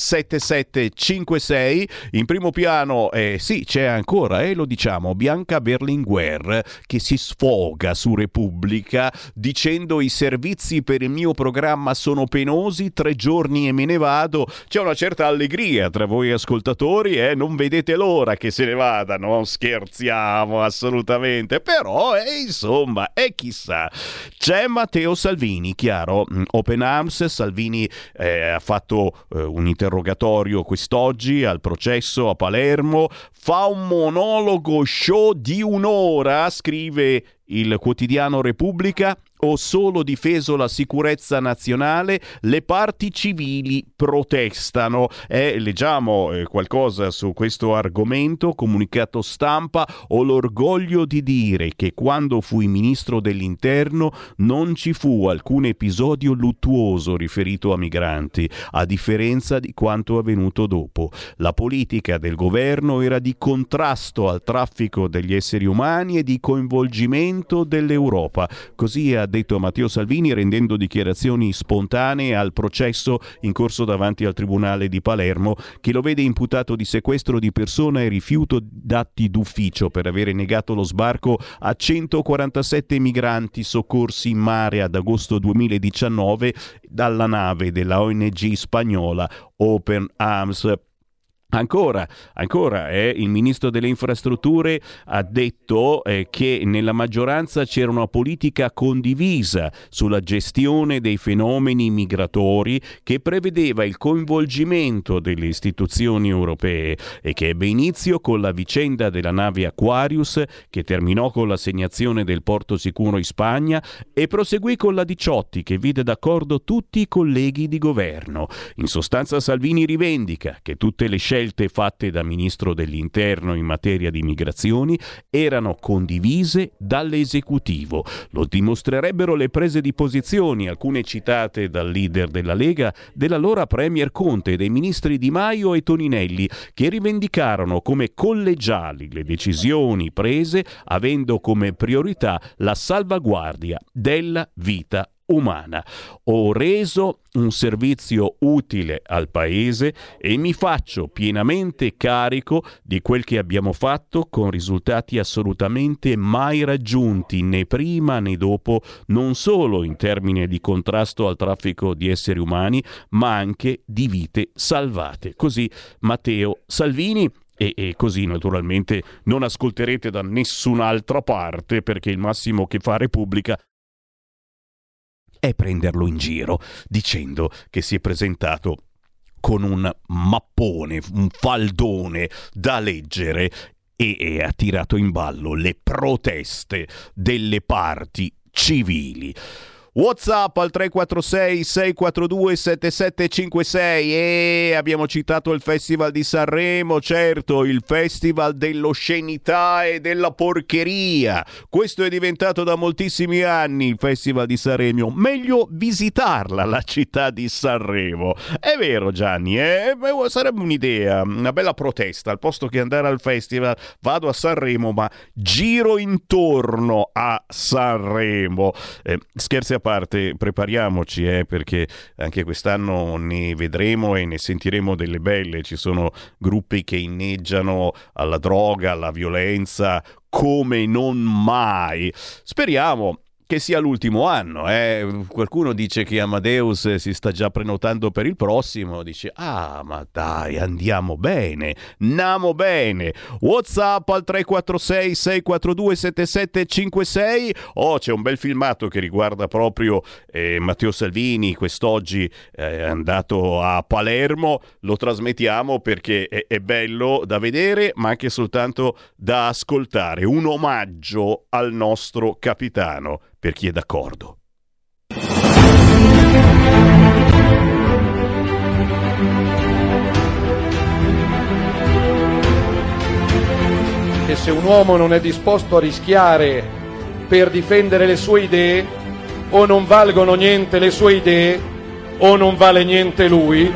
7756. In primo piano sì, c'è ancora, lo diciamo, Bianca Berlinguer che si sfoga su Repubblica dicendo: i servizi per il mio programma sono penosi, 3 giorni e me ne vado. C'è una certa allegria tra voi ascoltatori, non vedete l'ora che se ne vada, non scherziamo assolutamente, però insomma, chissà. C'è Matteo Salvini, chiaro, Open Arms. Salvini ha fatto un interrogatorio quest'oggi al processo a Palermo, fa un monologo show di un'ora, scrive il quotidiano Repubblica. Ho solo difeso la sicurezza nazionale, le parti civili protestano. Leggiamo qualcosa su questo argomento. Comunicato stampa: ho l'orgoglio di dire che quando fui ministro dell'interno non ci fu alcun episodio luttuoso riferito a migranti, a differenza di quanto avvenuto dopo. La politica del governo era di contrasto al traffico degli esseri umani e di coinvolgimento dell'Europa. Così ha detto Matteo Salvini, rendendo dichiarazioni spontanee al processo in corso davanti al Tribunale di Palermo, che lo vede imputato di sequestro di persona e rifiuto d'atti d'ufficio per avere negato lo sbarco a 147 migranti soccorsi in mare ad agosto 2019 dalla nave della ONG spagnola Open Arms. Ancora, il ministro delle infrastrutture ha detto che nella maggioranza c'era una politica condivisa sulla gestione dei fenomeni migratori che prevedeva il coinvolgimento delle istituzioni europee e che ebbe inizio con la vicenda della nave Aquarius, che terminò con l'assegnazione del porto sicuro in Spagna e proseguì con la Diciotti, che vide d'accordo tutti i colleghi di governo. In sostanza Salvini rivendica che tutte le scelte fatte da ministro dell'interno in materia di migrazioni erano condivise dall'esecutivo. Lo dimostrerebbero le prese di posizioni, alcune citate dal leader della Lega, dell'allora premier Conte e dei ministri Di Maio e Toninelli, che rivendicarono come collegiali le decisioni prese avendo come priorità la salvaguardia della vita umana. Ho reso un servizio utile al Paese e mi faccio pienamente carico di quel che abbiamo fatto con risultati assolutamente mai raggiunti né prima né dopo, non solo in termini di contrasto al traffico di esseri umani, ma anche di vite salvate. Così Matteo Salvini. E così naturalmente non ascolterete da nessun'altra parte, perché il massimo che fa Repubblica è prenderlo in giro dicendo che si è presentato con un mappone, un faldone da leggere e ha tirato in ballo le proteste delle parti civili. WhatsApp al 346 642 7756 e abbiamo citato il Festival di Sanremo, certo, il Festival dell'oscenità e della porcheria. Questo è diventato da moltissimi anni il Festival di Sanremo. Meglio visitarla la città di Sanremo. È vero, Gianni, sarebbe un'idea, una bella protesta. Al posto che andare al festival vado a Sanremo, ma giro intorno a Sanremo. Scherzi a parte, prepariamoci perché anche quest'anno ne vedremo e ne sentiremo delle belle. Ci sono gruppi che inneggiano alla droga, alla violenza come non mai. Speriamo che sia l'ultimo anno. Qualcuno dice che Amadeus si sta già prenotando per il prossimo, dice ma dai, andiamo bene, namo bene. WhatsApp al 346 642 7756. C'è un bel filmato che riguarda proprio Matteo Salvini, quest'oggi è andato a Palermo, lo trasmettiamo perché è bello da vedere ma anche soltanto da ascoltare, un omaggio al nostro capitano, per chi è d'accordo. Che se un uomo non è disposto a rischiare per difendere le sue idee, o non valgono niente le sue idee, o non vale niente lui.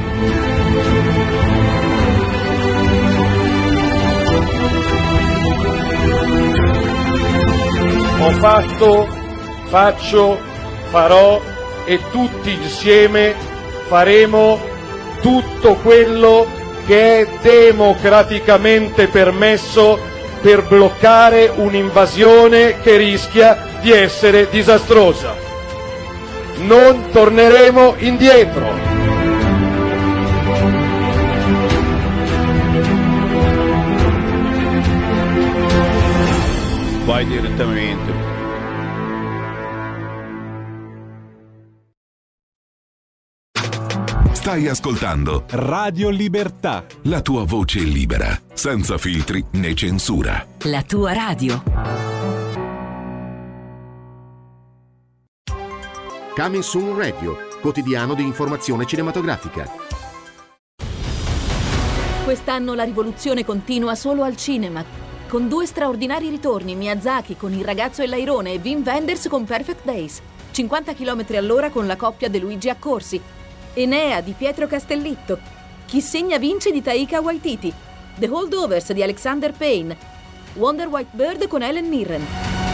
Ho fatto, faccio, farò e tutti insieme faremo tutto quello che è democraticamente permesso per bloccare un'invasione che rischia di essere disastrosa. Non torneremo indietro. Vai direttamente. Stai ascoltando Radio Libertà, la tua voce libera, senza filtri né censura. La tua radio. Coming Soon Radio, quotidiano di informazione cinematografica. Quest'anno la rivoluzione continua solo al cinema. Con 2 straordinari ritorni, Miyazaki con Il ragazzo e l'airone e Wim Wenders con Perfect Days, 50 km all'ora con la coppia De Luigi Accorsi, Enea di Pietro Castellitto, Chi segna vince di Taika Waititi, The Holdovers di Alexander Payne, Wonder White Bird con Helen Mirren.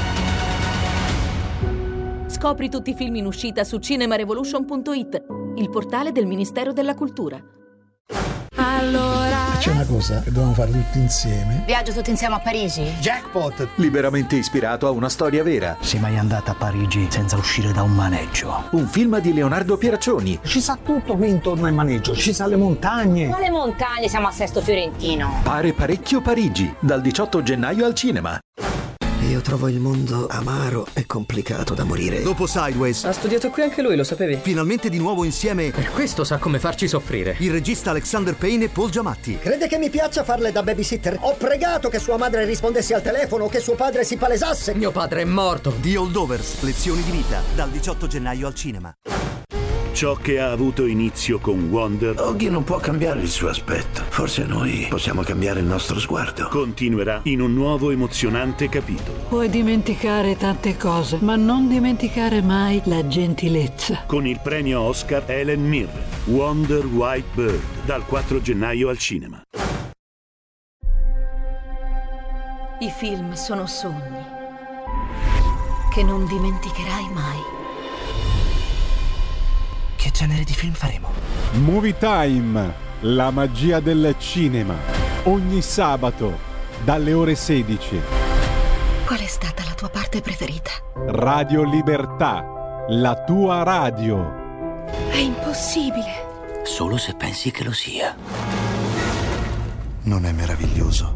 Scopri tutti i film in uscita su cinemarevolution.it, il portale del Ministero della Cultura. Allora, c'è una cosa che dobbiamo fare tutti insieme. Viaggio tutti insieme a Parigi. Jackpot! Liberamente ispirato a una storia vera. Sei mai andata a Parigi senza uscire da un maneggio? Un film di Leonardo Pieraccioni. Ci sa tutto qui intorno al maneggio, ci sa le montagne. Ma le montagne, siamo a Sesto Fiorentino. Pare parecchio Parigi, dal 18 gennaio al cinema. Io trovo il mondo amaro e complicato da morire. Dopo Sideways. Ha studiato qui anche lui, lo sapevi? Finalmente di nuovo insieme. Per questo sa come farci soffrire. Il regista Alexander Payne e Paul Giamatti. Crede che mi piaccia farle da babysitter? Ho pregato che sua madre rispondesse al telefono o che suo padre si palesasse. Mio padre è morto. The Holdovers, lezioni di vita, dal 18 gennaio al cinema. Ciò che ha avuto inizio con Wonder, Oggi non può cambiare il suo aspetto. Forse noi possiamo cambiare il nostro sguardo. Continuerà in un nuovo emozionante capitolo. Puoi dimenticare tante cose, ma non dimenticare mai la gentilezza. Con il premio Oscar Helen Mirren, Wonder White Bird, dal 4 gennaio al cinema. I film sono sogni che non dimenticherai mai. Che genere di film faremo? Movie Time, la magia del cinema. Ogni sabato, dalle ore 16. Qual è stata la tua parte preferita? Radio Libertà, la tua radio. È impossibile. Solo se pensi che lo sia. Non è meraviglioso?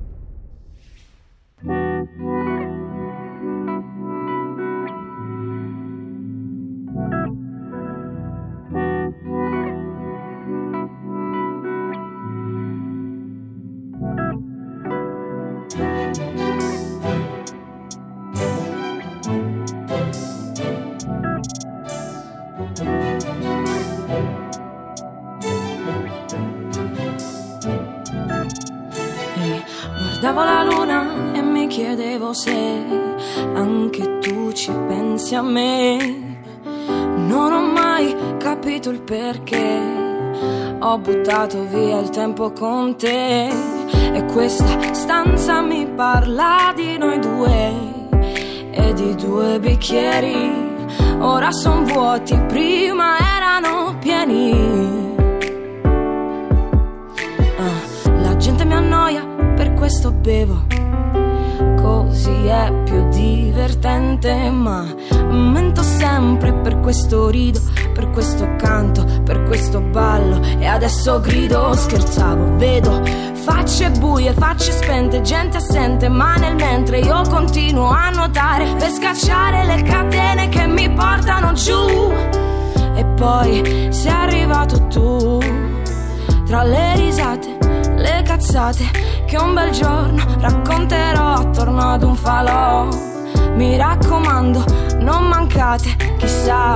Guardavo la luna e mi chiedevo se anche tu ci pensi a me. Non ho mai capito il perché ho buttato via il tempo con te. E questa stanza mi parla di noi due e di 2 bicchieri. Ora son vuoti, prima erano pieni. La gente mi annoia, per questo bevo così è più divertente, ma mento sempre, per questo rido, per questo canto, per questo ballo, e adesso grido. Scherzavo, vedo facce buie, facce spente, gente assente, ma nel mentre io continuo a nuotare per scacciare le catene che mi portano giù. E poi sei arrivato tu, tra le risate, le cazzate, che un bel giorno racconterò attorno ad un falò. Mi raccomando, non mancate, chissà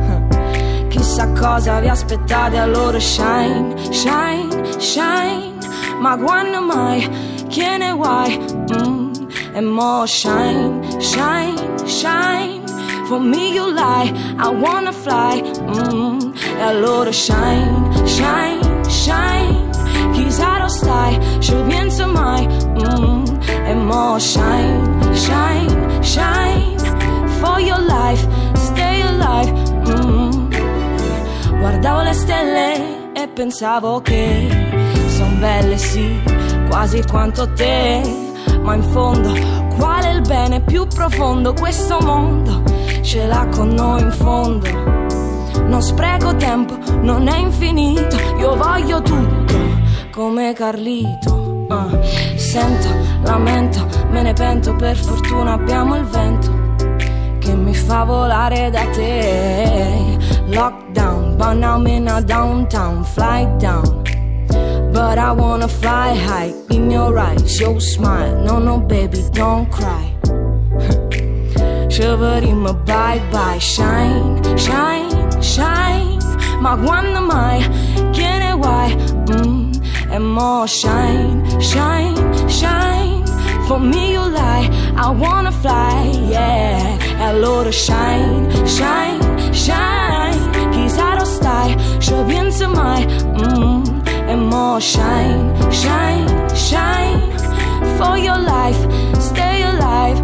cosa vi aspettate. Allora shine, shine, shine, ma quando mai, che ne vuoi? E mo shine, shine, shine, for me you lie, I wanna fly. E allora shine, shine, shine, chissà lo stai, ci penso mai. E mo shine, shine, shine, for your life, stay alive. Guardavo le stelle e pensavo che son belle sì, quasi quanto te, ma in fondo qual è il bene più profondo? Questo mondo ce l'ha con noi in fondo. Non spreco tempo, non è infinito, io voglio tutto come Carlito. Sento, lamento, me ne pento, per fortuna abbiamo il vento che mi fa volare da te. Lockdown, but now I'm in a downtown, fly down, but I wanna fly high. In your eyes, your smile, no baby, don't cry. Shiverima, bye bye, shine, shine, shine, ma quando mai, che ne vuoi? E mo shine, shine, shine, for me you lie, I wanna fly, yeah. E allora shine, shine, shine, chissà lo stai, ci penso mai. E mo shine, shine, shine, for your life, stay alive.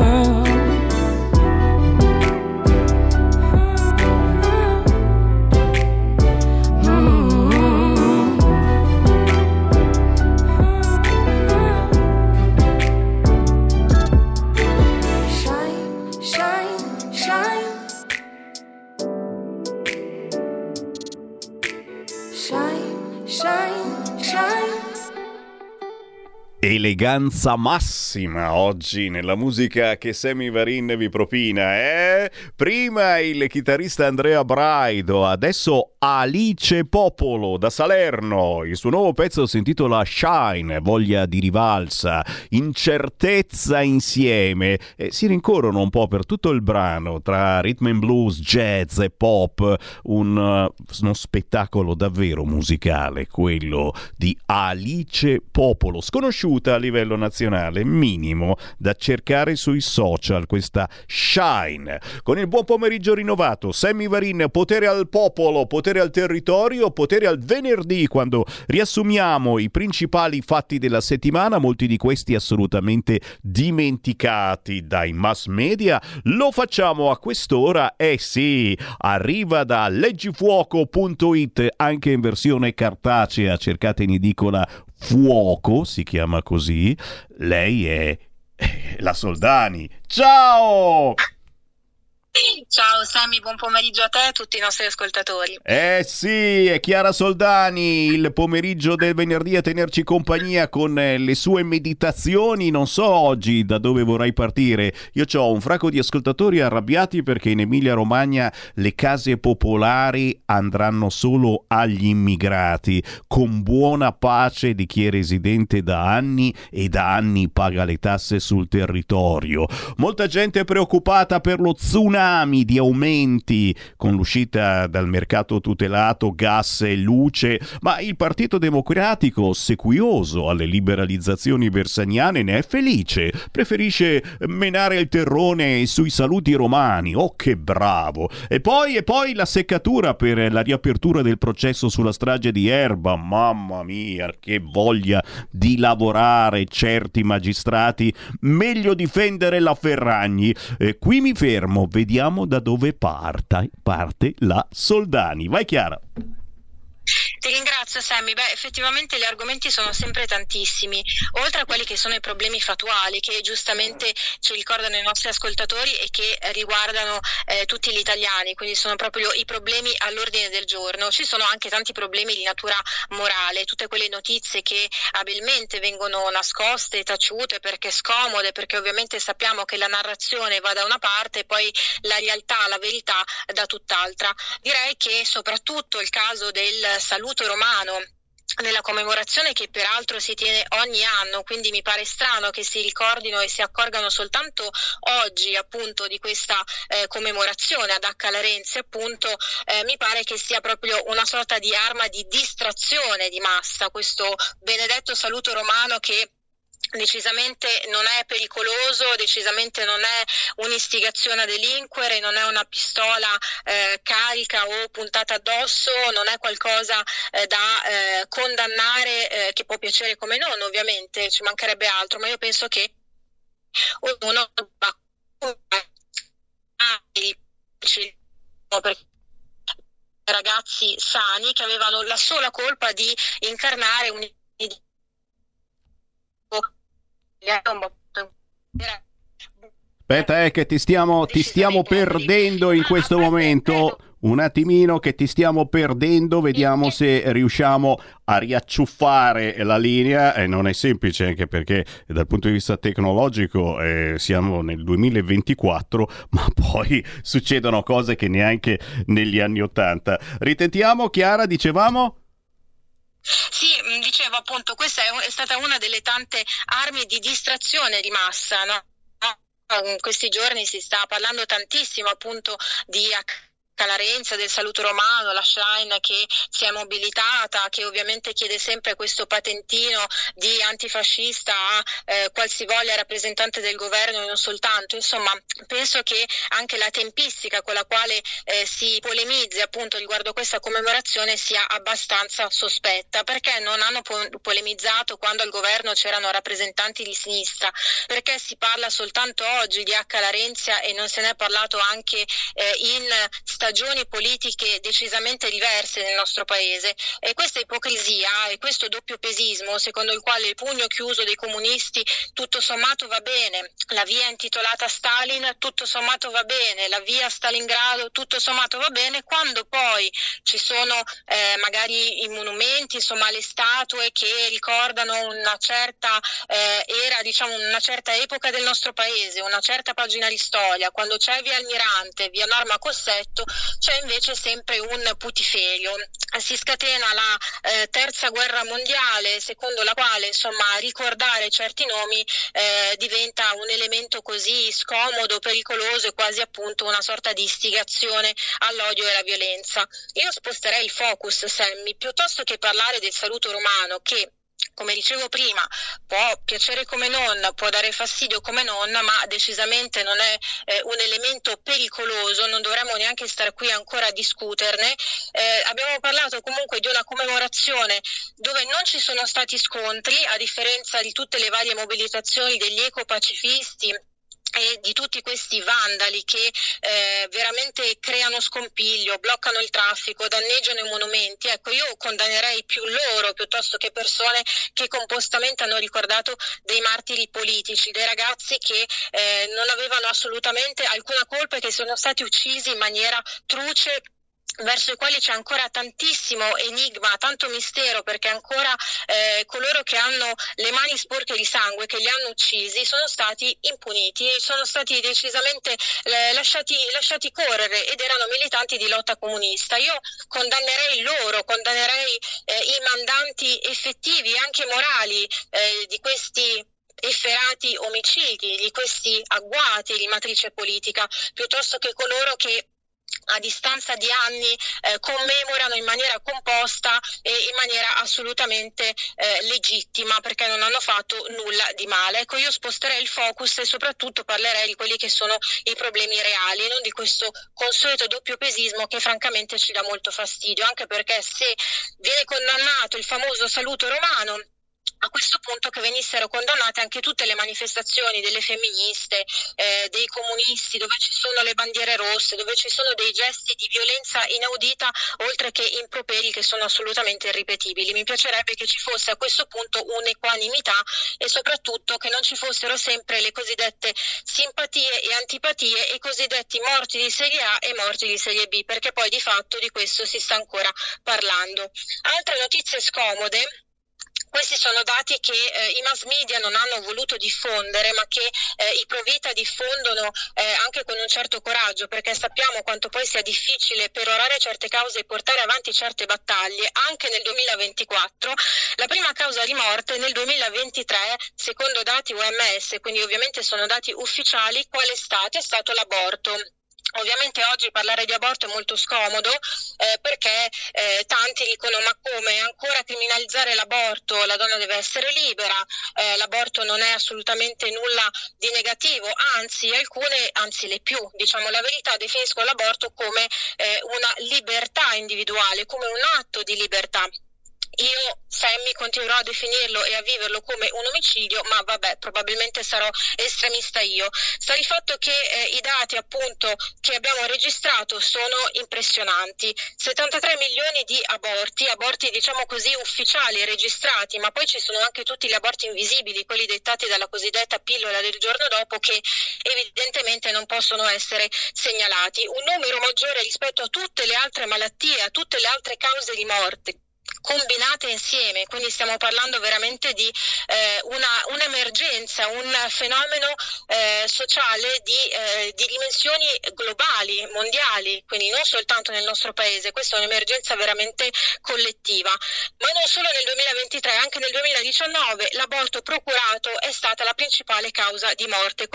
Eleganza massima oggi nella musica che Sammy Varin vi propina, Prima il chitarrista Andrea Braido, adesso Alice Popolo da Salerno. Il suo nuovo pezzo si intitola Shine, voglia di rivalsa, incertezza insieme, e si rincorrono un po' per tutto il brano tra rhythm and blues, jazz e pop, uno spettacolo davvero musicale, quello di Alice Popolo, sconosciuta a livello nazionale, minimo da cercare sui social, questa Shine. Con il buon pomeriggio rinnovato, Sammy Varin, potere al popolo, potere al territorio, potere al venerdì, quando riassumiamo i principali fatti della settimana, molti di questi assolutamente dimenticati dai mass media. Lo facciamo a quest'ora, sì, arriva da leggifuoco.it, anche in versione cartacea, cercate in edicola Fuoco, si chiama così. Lei è la Soldani. Ciao! Ciao Sammy, buon pomeriggio a te e a tutti i nostri ascoltatori. Sì, è Chiara Soldani, il pomeriggio del venerdì a tenerci compagnia con le sue meditazioni. Non so oggi da dove vorrai partire. Io ho un fracco di ascoltatori arrabbiati perché in Emilia Romagna le case popolari andranno solo agli immigrati, con buona pace di chi è residente da anni e da anni paga le tasse sul territorio. Molta gente è preoccupata per lo tsunami di aumenti con l'uscita dal mercato tutelato gas e luce, ma il Partito Democratico, sequioso alle liberalizzazioni bersaniane, ne è felice, preferisce menare il terrone sui saluti romani. Oh, che bravo! E poi la seccatura per la riapertura del processo sulla strage di Erba. Mamma mia, che voglia di lavorare certi magistrati, meglio difendere la Ferragni. Qui mi fermo, vediamo da dove parte la Soldani. Vai Chiara. Ti ringrazio Sammy, effettivamente gli argomenti sono sempre tantissimi, oltre a quelli che sono i problemi fattuali che giustamente ci ricordano i nostri ascoltatori e che riguardano tutti gli italiani, quindi sono proprio i problemi all'ordine del giorno. Ci sono anche tanti problemi di natura morale, tutte quelle notizie che abilmente vengono nascoste, taciute perché scomode, perché ovviamente sappiamo che la narrazione va da una parte e poi la realtà, la verità da tutt'altra. Direi che soprattutto il caso del saluto romano nella commemorazione, che peraltro si tiene ogni anno, quindi mi pare strano che si ricordino e si accorgano soltanto oggi appunto di questa commemorazione ad H. Larenzi, appunto mi pare che sia proprio una sorta di arma di distrazione di massa, questo benedetto saluto romano che decisamente non è pericoloso, decisamente non è un'istigazione a delinquere, non è una pistola carica o puntata addosso, non è qualcosa da condannare, che può piacere come non, ovviamente, ci mancherebbe altro, ma io penso che ognuno ragazzi sani che avevano la sola colpa di incarnare un Aspetta, che ti stiamo perdendo in questo momento. Un attimino che ti stiamo perdendo, vediamo se riusciamo a riacciuffare la linea. Non è semplice, anche perché dal punto di vista tecnologico siamo nel 2024, ma poi succedono cose che neanche negli anni '80. Ritentiamo, Chiara, dicevamo? Sì, dicevo appunto, questa è stata una delle tante armi di distrazione di massa, no? In questi giorni si sta parlando tantissimo appunto di Larenzi, del saluto romano, la Schlein che si è mobilitata, che ovviamente chiede sempre questo patentino di antifascista a qualsivoglia rappresentante del governo e non soltanto. Insomma, penso che anche la tempistica con la quale si polemizzi appunto riguardo questa commemorazione sia abbastanza sospetta. Perché non hanno polemizzato quando al governo c'erano rappresentanti di sinistra? Perché si parla soltanto oggi di H. Larenzi e non se ne è parlato anche in stagioni politiche decisamente diverse nel nostro paese? E questa ipocrisia e questo doppiopesismo secondo il quale il pugno chiuso dei comunisti tutto sommato va bene, la via intitolata Stalin tutto sommato va bene, la via Stalingrado tutto sommato va bene, quando poi ci sono magari i monumenti, insomma le statue che ricordano una certa era, diciamo una certa epoca del nostro paese, una certa pagina di storia, quando c'è via Almirante, via Norma Cossetto, c'è invece sempre un putiferio. Si scatena la terza guerra mondiale, secondo la quale insomma ricordare certi nomi diventa un elemento così scomodo, pericoloso e quasi appunto una sorta di istigazione all'odio e alla violenza. Io sposterei il focus, Sammy, piuttosto che parlare del saluto romano che, come dicevo prima, può piacere come non, può dare fastidio come non, ma decisamente non è un elemento pericoloso, non dovremmo neanche stare qui ancora a discuterne. Abbiamo parlato comunque di una commemorazione dove non ci sono stati scontri, a differenza di tutte le varie mobilitazioni degli ecopacifisti e di tutti questi vandali che veramente creano scompiglio, bloccano il traffico, danneggiano i monumenti. Ecco, io condannerei più loro piuttosto che persone che compostamente hanno ricordato dei martiri politici, dei ragazzi che non avevano assolutamente alcuna colpa e che sono stati uccisi in maniera truce, verso i quali c'è ancora tantissimo enigma, tanto mistero, perché ancora coloro che hanno le mani sporche di sangue, che li hanno uccisi, sono stati impuniti, sono stati decisamente lasciati correre ed erano militanti di lotta comunista. Io condannerei loro, condannerei i mandanti effettivi e anche morali di questi efferati omicidi, di questi agguati di matrice politica, piuttosto che coloro che a distanza di anni commemorano in maniera composta e in maniera assolutamente legittima, perché non hanno fatto nulla di male. Ecco, io sposterei il focus e soprattutto parlerei di quelli che sono i problemi reali, non di questo consueto doppiopesismo che francamente ci dà molto fastidio, anche perché se viene condannato il famoso saluto romano, a questo punto che venissero condannate anche tutte le manifestazioni delle femministe, dei comunisti, dove ci sono le bandiere rosse, dove ci sono dei gesti di violenza inaudita, oltre che improperi che sono assolutamente irripetibili. Mi piacerebbe che ci fosse a questo punto un'equanimità e soprattutto che non ci fossero sempre le cosiddette simpatie e antipatie e i cosiddetti morti di serie A e morti di serie B, perché poi di fatto di questo si sta ancora parlando. Altre notizie scomode. Questi sono dati che i mass media non hanno voluto diffondere, ma che i pro vita diffondono anche con un certo coraggio, perché sappiamo quanto poi sia difficile perorare certe cause e portare avanti certe battaglie. Anche nel 2024 la prima causa di morte nel 2023, secondo dati OMS, quindi ovviamente sono dati ufficiali, qual è stato? È stato l'aborto. Ovviamente oggi parlare di aborto è molto scomodo perché tanti dicono ma come ancora criminalizzare l'aborto, la donna deve essere libera, l'aborto non è assolutamente nulla di negativo, anzi le più, diciamo la verità, definiscono l'aborto come una libertà individuale, come un atto di libertà. Io, Sammy, continuerò a definirlo e a viverlo come un omicidio, ma vabbè, probabilmente sarò estremista io. Sta di fatto che i dati appunto che abbiamo registrato sono impressionanti. 73 milioni di aborti diciamo così ufficiali e registrati, ma poi ci sono anche tutti gli aborti invisibili, quelli dettati dalla cosiddetta pillola del giorno dopo, che evidentemente non possono essere segnalati. Un numero maggiore rispetto a tutte le altre malattie, a tutte le altre cause di morte combinate insieme, quindi stiamo parlando veramente di un'emergenza, un fenomeno sociale di dimensioni globali, mondiali, quindi non soltanto nel nostro paese. Questa è un'emergenza veramente collettiva. Ma non solo nel 2023, anche nel 2019 l'aborto procurato è stata la principale causa di morte.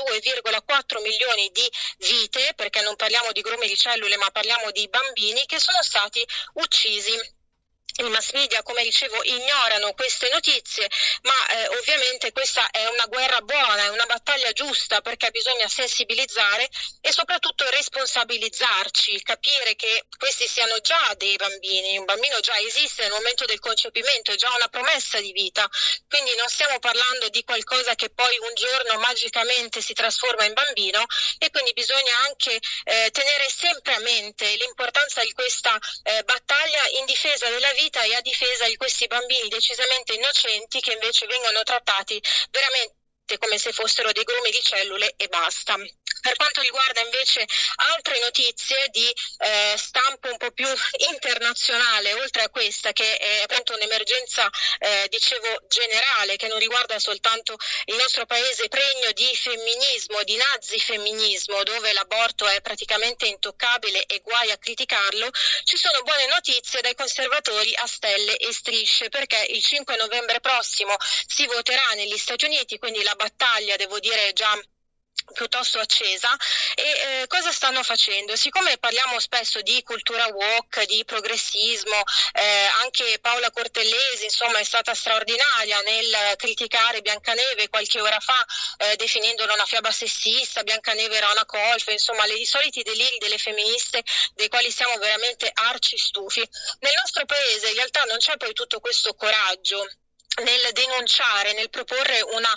42,4 milioni di vite, perché non parliamo di grumi di cellule ma parliamo di bambini che sono stati uccisi. I mass media, come dicevo, ignorano queste notizie, ma ovviamente questa è una guerra buona, è una battaglia giusta, perché bisogna sensibilizzare e soprattutto responsabilizzarci, capire che questi siano già dei bambini. Un bambino già esiste nel momento del concepimento, è già una promessa di vita, quindi non stiamo parlando di qualcosa che poi un giorno magicamente si trasforma in bambino, e quindi bisogna anche tenere sempre a mente l'importanza di questa battaglia in difesa della vita e a difesa di questi bambini decisamente innocenti che invece vengono trattati veramente come se fossero dei grumi di cellule e basta. Per quanto riguarda invece altre notizie di stampo un po' più internazionale, oltre a questa che è appunto un'emergenza dicevo generale, che non riguarda soltanto il nostro paese pregno di femminismo, di nazifemminismo, dove l'aborto è praticamente intoccabile e guai a criticarlo, ci sono buone notizie dai conservatori a stelle e strisce, perché il 5 novembre prossimo si voterà negli Stati Uniti, quindi la battaglia, devo dire, è già piuttosto accesa. E cosa stanno facendo? Siccome parliamo spesso di cultura woke, di progressismo, anche Paola Cortellesi insomma è stata straordinaria nel criticare Biancaneve qualche ora fa, definendola una fiaba sessista. Biancaneve era una colfa, insomma i soliti deliri delle femministe dei quali siamo veramente arci stufi. Nel nostro paese in realtà non c'è poi tutto questo coraggio nel denunciare, nel proporre una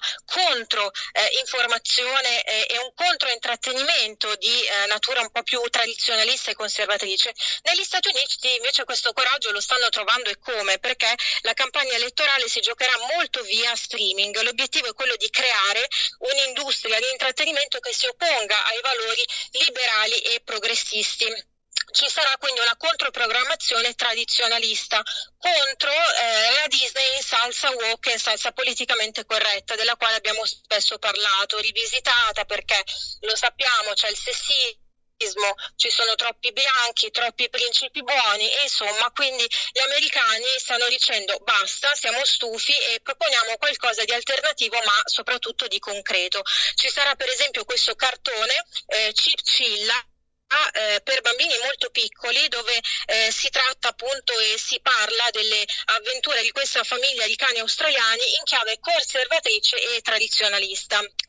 controinformazione e un controintrattenimento di natura un po' più tradizionalista e conservatrice. Negli Stati Uniti invece questo coraggio lo stanno trovando, e come? Perché la campagna elettorale si giocherà molto via streaming. L'obiettivo è quello di creare un'industria di intrattenimento che si opponga ai valori liberali e progressisti. Ci sarà quindi una controprogrammazione tradizionalista contro la Disney in salsa woke, in salsa politicamente corretta, della quale abbiamo spesso parlato, rivisitata, perché lo sappiamo, c'è il sessismo, ci sono troppi bianchi, troppi principi buoni, e insomma quindi gli americani stanno dicendo basta, siamo stufi e proponiamo qualcosa di alternativo ma soprattutto di concreto. Ci sarà per esempio questo cartone Chipchilla per bambini molto piccoli, dove si tratta appunto e si parla delle avventure di questa famiglia di cani australiani in chiave conservatrice e tradizionalista.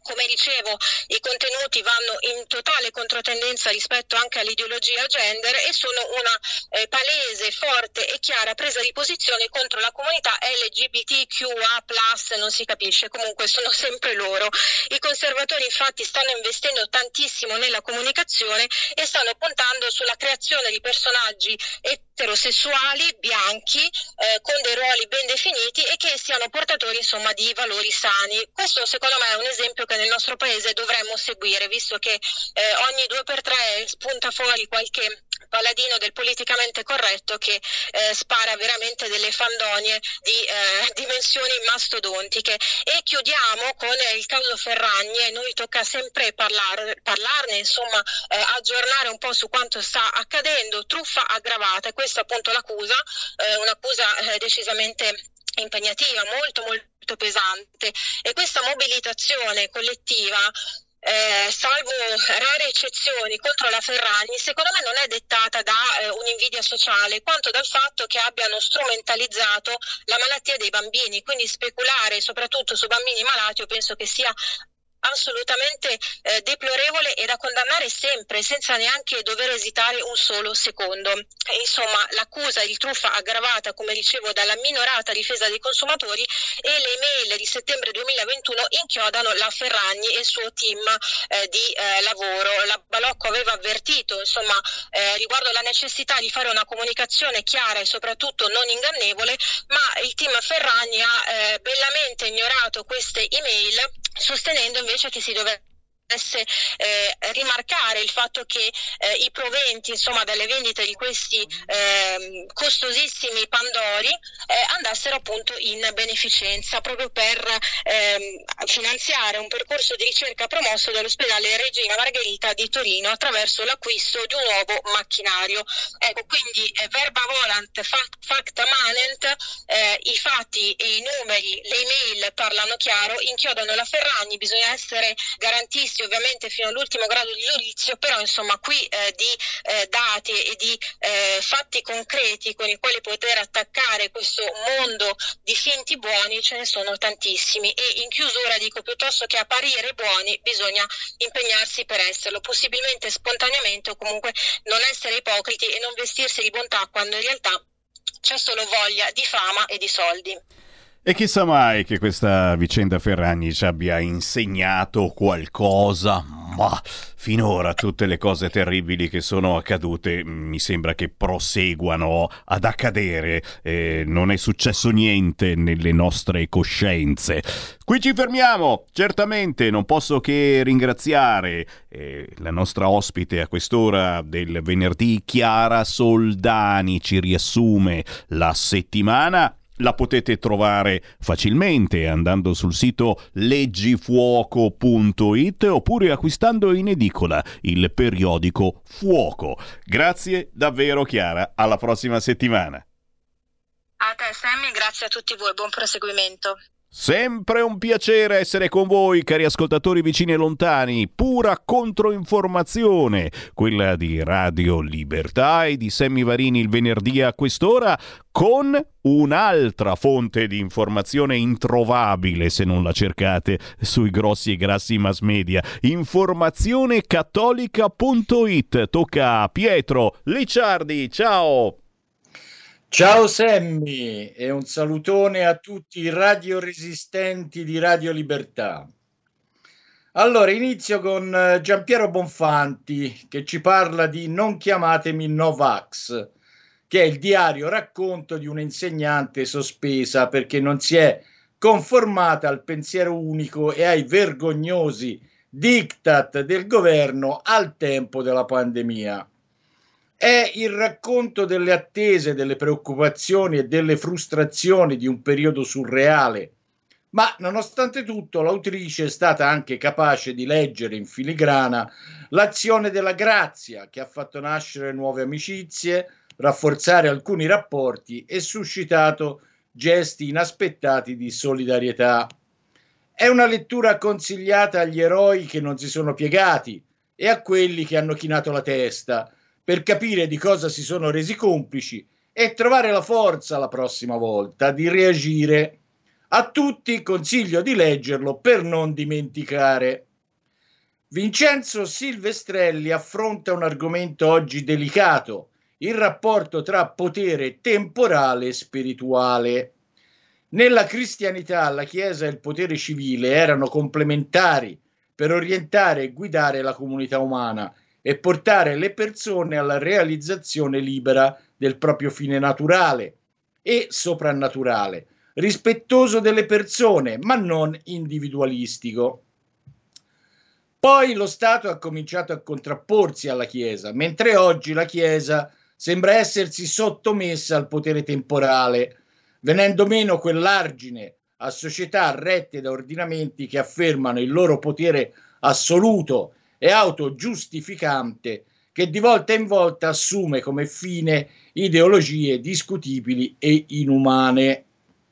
Come dicevo, i contenuti vanno in totale controtendenza rispetto anche all'ideologia gender e sono una palese, forte e chiara presa di posizione contro la comunità LGBTQA+, non si capisce, comunque sono sempre loro. I conservatori infatti stanno investendo tantissimo nella comunicazione e stanno puntando sulla creazione di personaggi eterosessuali, bianchi, con dei ruoli ben definiti e che siano portatori insomma di valori sani. Questo secondo me è un esempio che nel nostro paese dovremmo seguire, visto che ogni 2x3 spunta fuori qualche paladino del politicamente corretto che spara veramente delle fandonie di dimensioni mastodontiche. E chiudiamo con il caso Ferragni, e noi tocca sempre parlarne, insomma aggiornare un po' su quanto sta accadendo. Truffa aggravata, e questa è appunto l'accusa, un'accusa decisamente impegnativa, molto molto pesante, e questa mobilitazione collettiva, salvo rare eccezioni, contro la Ferragni secondo me non è dettata da un'invidia sociale, quanto dal fatto che abbiano strumentalizzato la malattia dei bambini. Quindi speculare soprattutto su bambini malati io penso che sia assolutamente deplorevole e da condannare sempre, senza neanche dover esitare un solo secondo. E insomma, l'accusa di truffa aggravata, come dicevo, dalla minorata difesa dei consumatori, e le email di settembre 2021 inchiodano la Ferragni e il suo team di lavoro. La Balocco aveva avvertito insomma riguardo la necessità di fare una comunicazione chiara e soprattutto non ingannevole, ma il team Ferragni ha bellamente ignorato queste email, sostenendo invece che si dovesse rimarcare il fatto che i proventi insomma dalle vendite di questi costosissimi pandori andassero appunto in beneficenza, proprio per finanziare un percorso di ricerca promosso dall'ospedale Regina Margherita di Torino attraverso l'acquisto di un nuovo macchinario. Ecco, quindi verba volant, facta manent, i fatti e i numeri, le email parlano chiaro, inchiodano la Ferragni, bisogna essere garantisti ovviamente fino all'ultimo grado di giudizio, però insomma qui di dati e di fatti concreti con i quali poter attaccare questo mondo di finti buoni ce ne sono tantissimi, e in chiusura dico, piuttosto che apparire buoni bisogna impegnarsi per esserlo, possibilmente spontaneamente, o comunque non essere ipocriti e non vestirsi di bontà quando in realtà c'è solo voglia di fama e di soldi. E chissà mai che questa vicenda Ferragni ci abbia insegnato qualcosa, ma finora tutte le cose terribili che sono accadute mi sembra che proseguano ad accadere, non è successo niente nelle nostre coscienze. Qui ci fermiamo, certamente non posso che ringraziare la nostra ospite a quest'ora del venerdì, Chiara Soldani, ci riassume la settimana. La potete trovare facilmente andando sul sito leggifuoco.it oppure acquistando in edicola il periodico Fuoco. Grazie davvero Chiara, alla prossima settimana. A te Sammy, grazie a tutti voi, buon proseguimento. Sempre un piacere essere con voi, cari ascoltatori vicini e lontani. Pura controinformazione, quella di Radio Libertà e di Sammy Varini il venerdì a quest'ora, con un'altra fonte di informazione introvabile se non la cercate sui grossi e grassi mass media, informazionecattolica.it. Tocca a Pietro Licciardi, ciao! Ciao Sammy e un salutone a tutti i radioresistenti di Radio Libertà. Allora, inizio con Giampiero Bonfanti che ci parla di Non chiamatemi Novax, che è il diario racconto di un'insegnante sospesa perché non si è conformata al pensiero unico e ai vergognosi diktat del governo al tempo della pandemia. È il racconto delle attese, delle preoccupazioni e delle frustrazioni di un periodo surreale, ma nonostante tutto l'autrice è stata anche capace di leggere in filigrana l'azione della grazia che ha fatto nascere nuove amicizie, rafforzare alcuni rapporti e suscitato gesti inaspettati di solidarietà. È una lettura consigliata agli eroi che non si sono piegati e a quelli che hanno chinato la testa, per capire di cosa si sono resi complici e trovare la forza la prossima volta di reagire A tutti consiglio di leggerlo per non dimenticare. Vincenzo Silvestrelli affronta un argomento oggi delicato, il rapporto tra potere temporale e spirituale. Nella cristianità la Chiesa e il potere civile erano complementari per orientare e guidare la comunità umana e portare le persone alla realizzazione libera del proprio fine naturale e soprannaturale, rispettoso delle persone, ma non individualistico. Poi lo Stato ha cominciato a contrapporsi alla Chiesa, mentre oggi la Chiesa sembra essersi sottomessa al potere temporale, venendo meno quell'argine a società rette da ordinamenti che affermano il loro potere assoluto e autogiustificante, che di volta in volta assume come fine ideologie discutibili e inumane.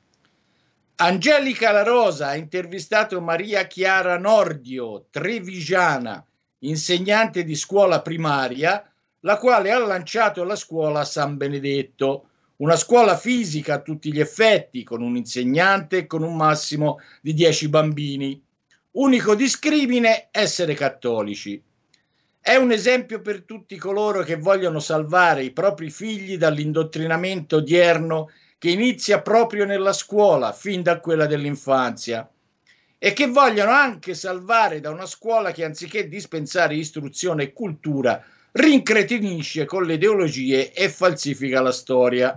Angelica La Rosa ha intervistato Maria Chiara Nordio, trevigiana, insegnante di scuola primaria, la quale ha lanciato la scuola San Benedetto, una scuola fisica a tutti gli effetti, con un insegnante e con un massimo di 10 bambini. Unico discrimine: essere cattolici. È un esempio per tutti coloro che vogliono salvare i propri figli dall'indottrinamento odierno che inizia proprio nella scuola, fin da quella dell'infanzia, e che vogliono anche salvare da una scuola che, anziché dispensare istruzione e cultura, rincretinisce con le ideologie e falsifica la storia.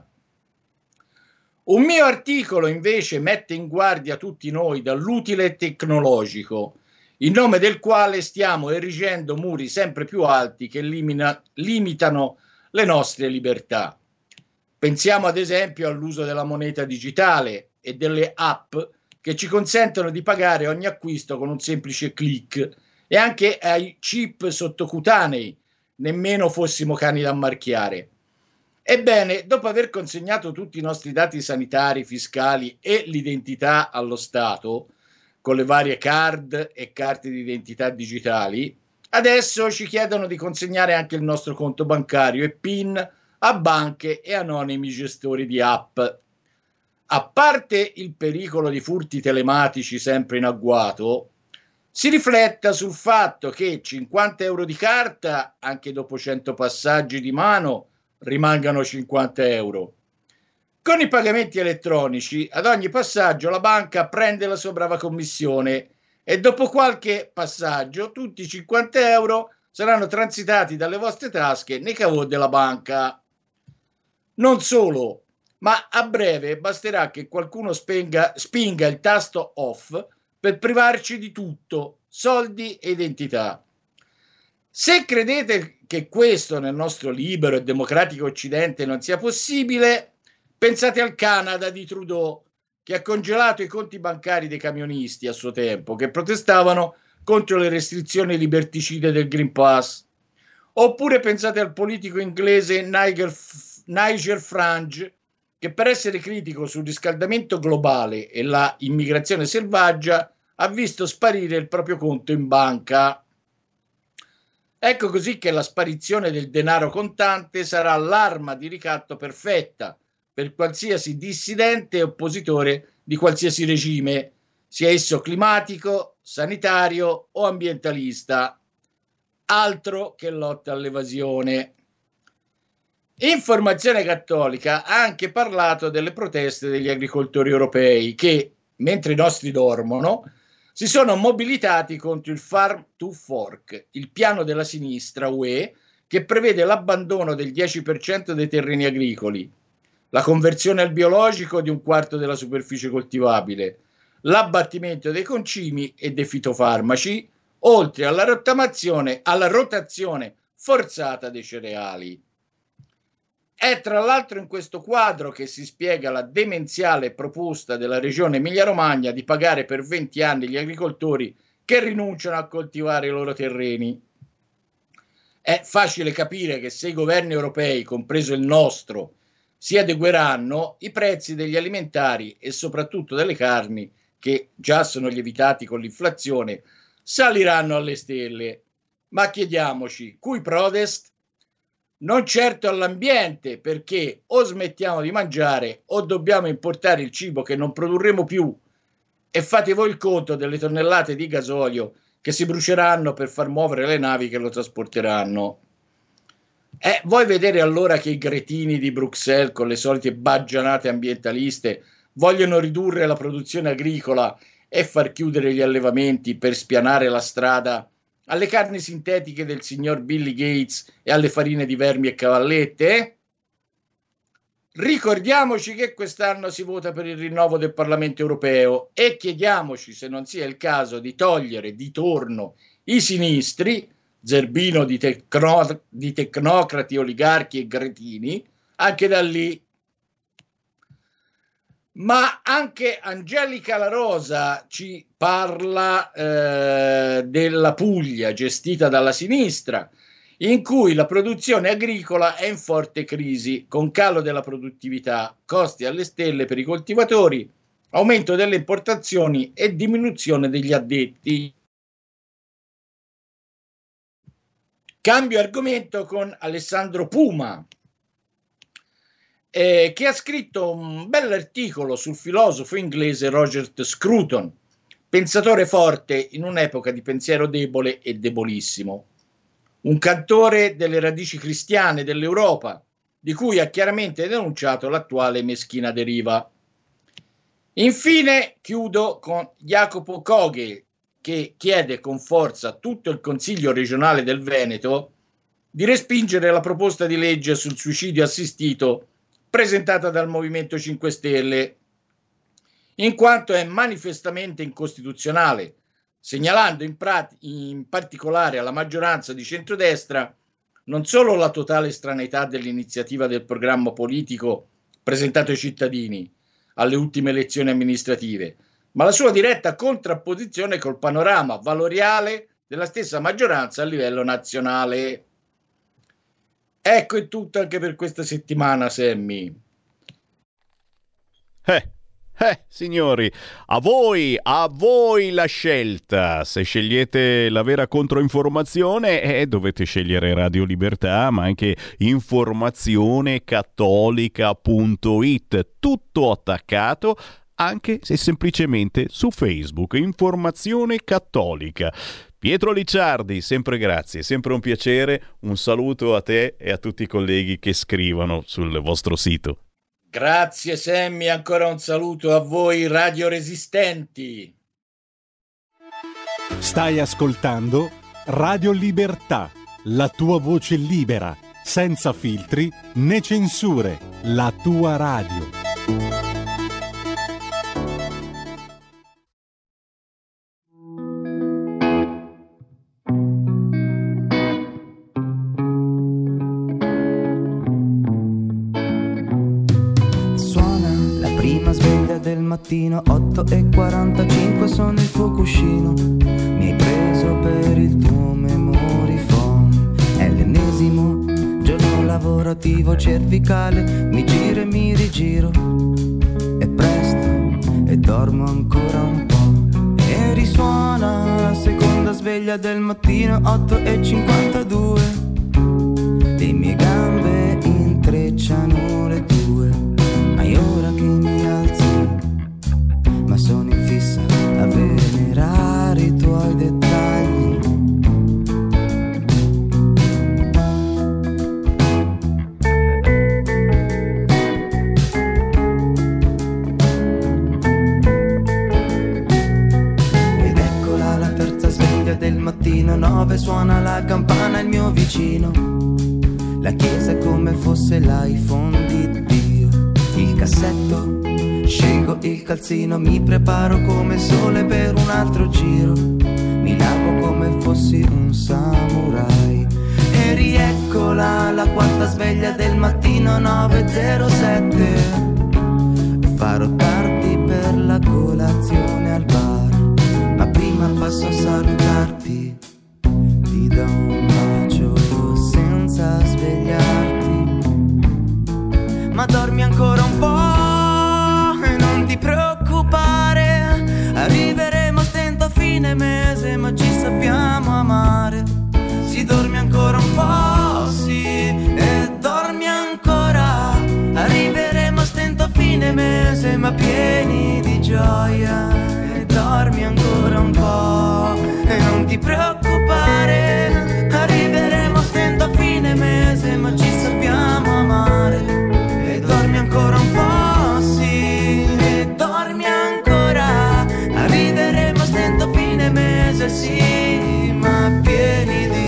Un mio articolo invece mette in guardia tutti noi dall'utile tecnologico, in nome del quale stiamo erigendo muri sempre più alti che limitano le nostre libertà. Pensiamo ad esempio all'uso della moneta digitale e delle app che ci consentono di pagare ogni acquisto con un semplice click, e anche ai chip sottocutanei, nemmeno fossimo cani da marchiare. Ebbene, dopo aver consegnato tutti i nostri dati sanitari, fiscali e l'identità allo Stato, con le varie card e carte di identità digitali, adesso ci chiedono di consegnare anche il nostro conto bancario e PIN a banche e anonimi gestori di app. A parte il pericolo di furti telematici sempre in agguato, si rifletta sul fatto che 50 euro di carta, anche dopo 100 passaggi di mano, rimangano 50 euro. Con i pagamenti elettronici, ad ogni passaggio la banca prende la sua brava commissione e dopo qualche passaggio tutti i 50 euro saranno transitati dalle vostre tasche nei caveau della banca. Non solo, ma a breve basterà che qualcuno spinga il tasto off per privarci di tutto, soldi e identità. Se credete che questo nel nostro libero e democratico Occidente non sia possibile, pensate al Canada di Trudeau, che ha congelato i conti bancari dei camionisti a suo tempo, che protestavano contro le restrizioni liberticide del Green Pass. Oppure pensate al politico inglese Nigel Farage, che per essere critico sul riscaldamento globale e la immigrazione selvaggia ha visto sparire il proprio conto in banca. Ecco così che la sparizione del denaro contante sarà l'arma di ricatto perfetta per qualsiasi dissidente e oppositore di qualsiasi regime, sia esso climatico, sanitario o ambientalista. Altro che lotta all'evasione. Informazione Cattolica ha anche parlato delle proteste degli agricoltori europei che, mentre i nostri dormono, si sono mobilitati contro il Farm to Fork, il piano della sinistra UE che prevede l'abbandono del 10% dei terreni agricoli, la conversione al biologico di 1/4 della superficie coltivabile, l'abbattimento dei concimi e dei fitofarmaci, oltre alla rotazione forzata dei cereali. È tra l'altro in questo quadro che si spiega la demenziale proposta della regione Emilia-Romagna di pagare per 20 anni gli agricoltori che rinunciano a coltivare i loro terreni. È facile capire che se i governi europei, compreso il nostro, si adegueranno, i prezzi degli alimentari e soprattutto delle carni, che già sono lievitati con l'inflazione, saliranno alle stelle. Ma chiediamoci, cui prodest? Non certo all'ambiente, perché o smettiamo di mangiare o dobbiamo importare il cibo che non produrremo più e fate voi il conto delle tonnellate di gasolio che si bruceranno per far muovere le navi che lo trasporteranno. Vuoi vedere allora che i gretini di Bruxelles, con le solite baggianate ambientaliste, vogliono ridurre la produzione agricola e far chiudere gli allevamenti per spianare la strada alle carni sintetiche del signor Billy Gates e alle farine di vermi e cavallette? Ricordiamoci che quest'anno si vota per il rinnovo del Parlamento europeo e chiediamoci se non sia il caso di togliere di torno i sinistri, zerbino di tecnocrati, oligarchi e gretini, anche da lì. Ma anche Angelica La Rosa ci parla della Puglia gestita dalla sinistra, in cui la produzione agricola è in forte crisi, con calo della produttività, costi alle stelle per i coltivatori, aumento delle importazioni e diminuzione degli addetti. Cambio argomento con Alessandro Puma, che ha scritto un bell'articolo sul filosofo inglese Roger Scruton, pensatore forte in un'epoca di pensiero debole e debolissimo, un cantore delle radici cristiane dell'Europa, di cui ha chiaramente denunciato l'attuale meschina deriva. Infine chiudo con Jacopo Coghe, che chiede con forza a tutto il Consiglio regionale del Veneto di respingere la proposta di legge sul suicidio assistito presentata dal Movimento 5 Stelle, in quanto è manifestamente incostituzionale, segnalando in particolare alla maggioranza di centrodestra non solo la totale estraneità dell'iniziativa del programma politico presentato ai cittadini alle ultime elezioni amministrative, ma la sua diretta contrapposizione col panorama valoriale della stessa maggioranza a livello nazionale. Ecco, è tutto anche per questa settimana, Sammy. Signori, a voi la scelta. Se scegliete la vera controinformazione, dovete scegliere Radio Libertà, ma anche informazionecattolica.it, tutto attaccato, anche se semplicemente su Facebook, Informazione Cattolica. Pietro Licciardi, sempre grazie, sempre un piacere, un saluto a te e a tutti i colleghi che scrivono sul vostro sito. Grazie Sammy, ancora un saluto a voi radioresistenti. Stai ascoltando Radio Libertà, la tua voce libera, senza filtri né censure, la tua radio. Del mattino 8:45 sono il tuo cuscino, mi hai preso per il tuo memory foam, è l'ennesimo giorno lavorativo cervicale, mi giro e mi rigiro, è presto e dormo ancora un po', e risuona la seconda sveglia del mattino 8:52, le mie gambe intrecciano le tue, ma è ora che mi alzo, ma sono in fissa a venerare i tuoi dettagli. Ed eccola la terza sveglia del mattino, 9 suona la campana, il mio vicino, la chiesa è come fosse l'iPhone di Dio, il cassetto, scelgo il calzino, mi preparo come sole per un altro giro, mi lavo come fossi un samurai, e rieccola la quarta sveglia del mattino 9:07, farò tardi per la colazione al bar, ma prima passo a salutarti, ti do un bacio senza svegliarti, ma dormi ancora un po', non ti preoccupare, arriveremo a stento a fine mese, ma ci sappiamo amare. Si dorme ancora un po', sì, e dormi ancora, arriveremo a stento a fine mese, ma pieni di gioia e ti preoccupare, arriveremo stento a fine mese, ma ci sappiamo amare. E dormi ancora un po', sì, e dormi ancora, arriveremo stento a fine mese, sì, ma pieni di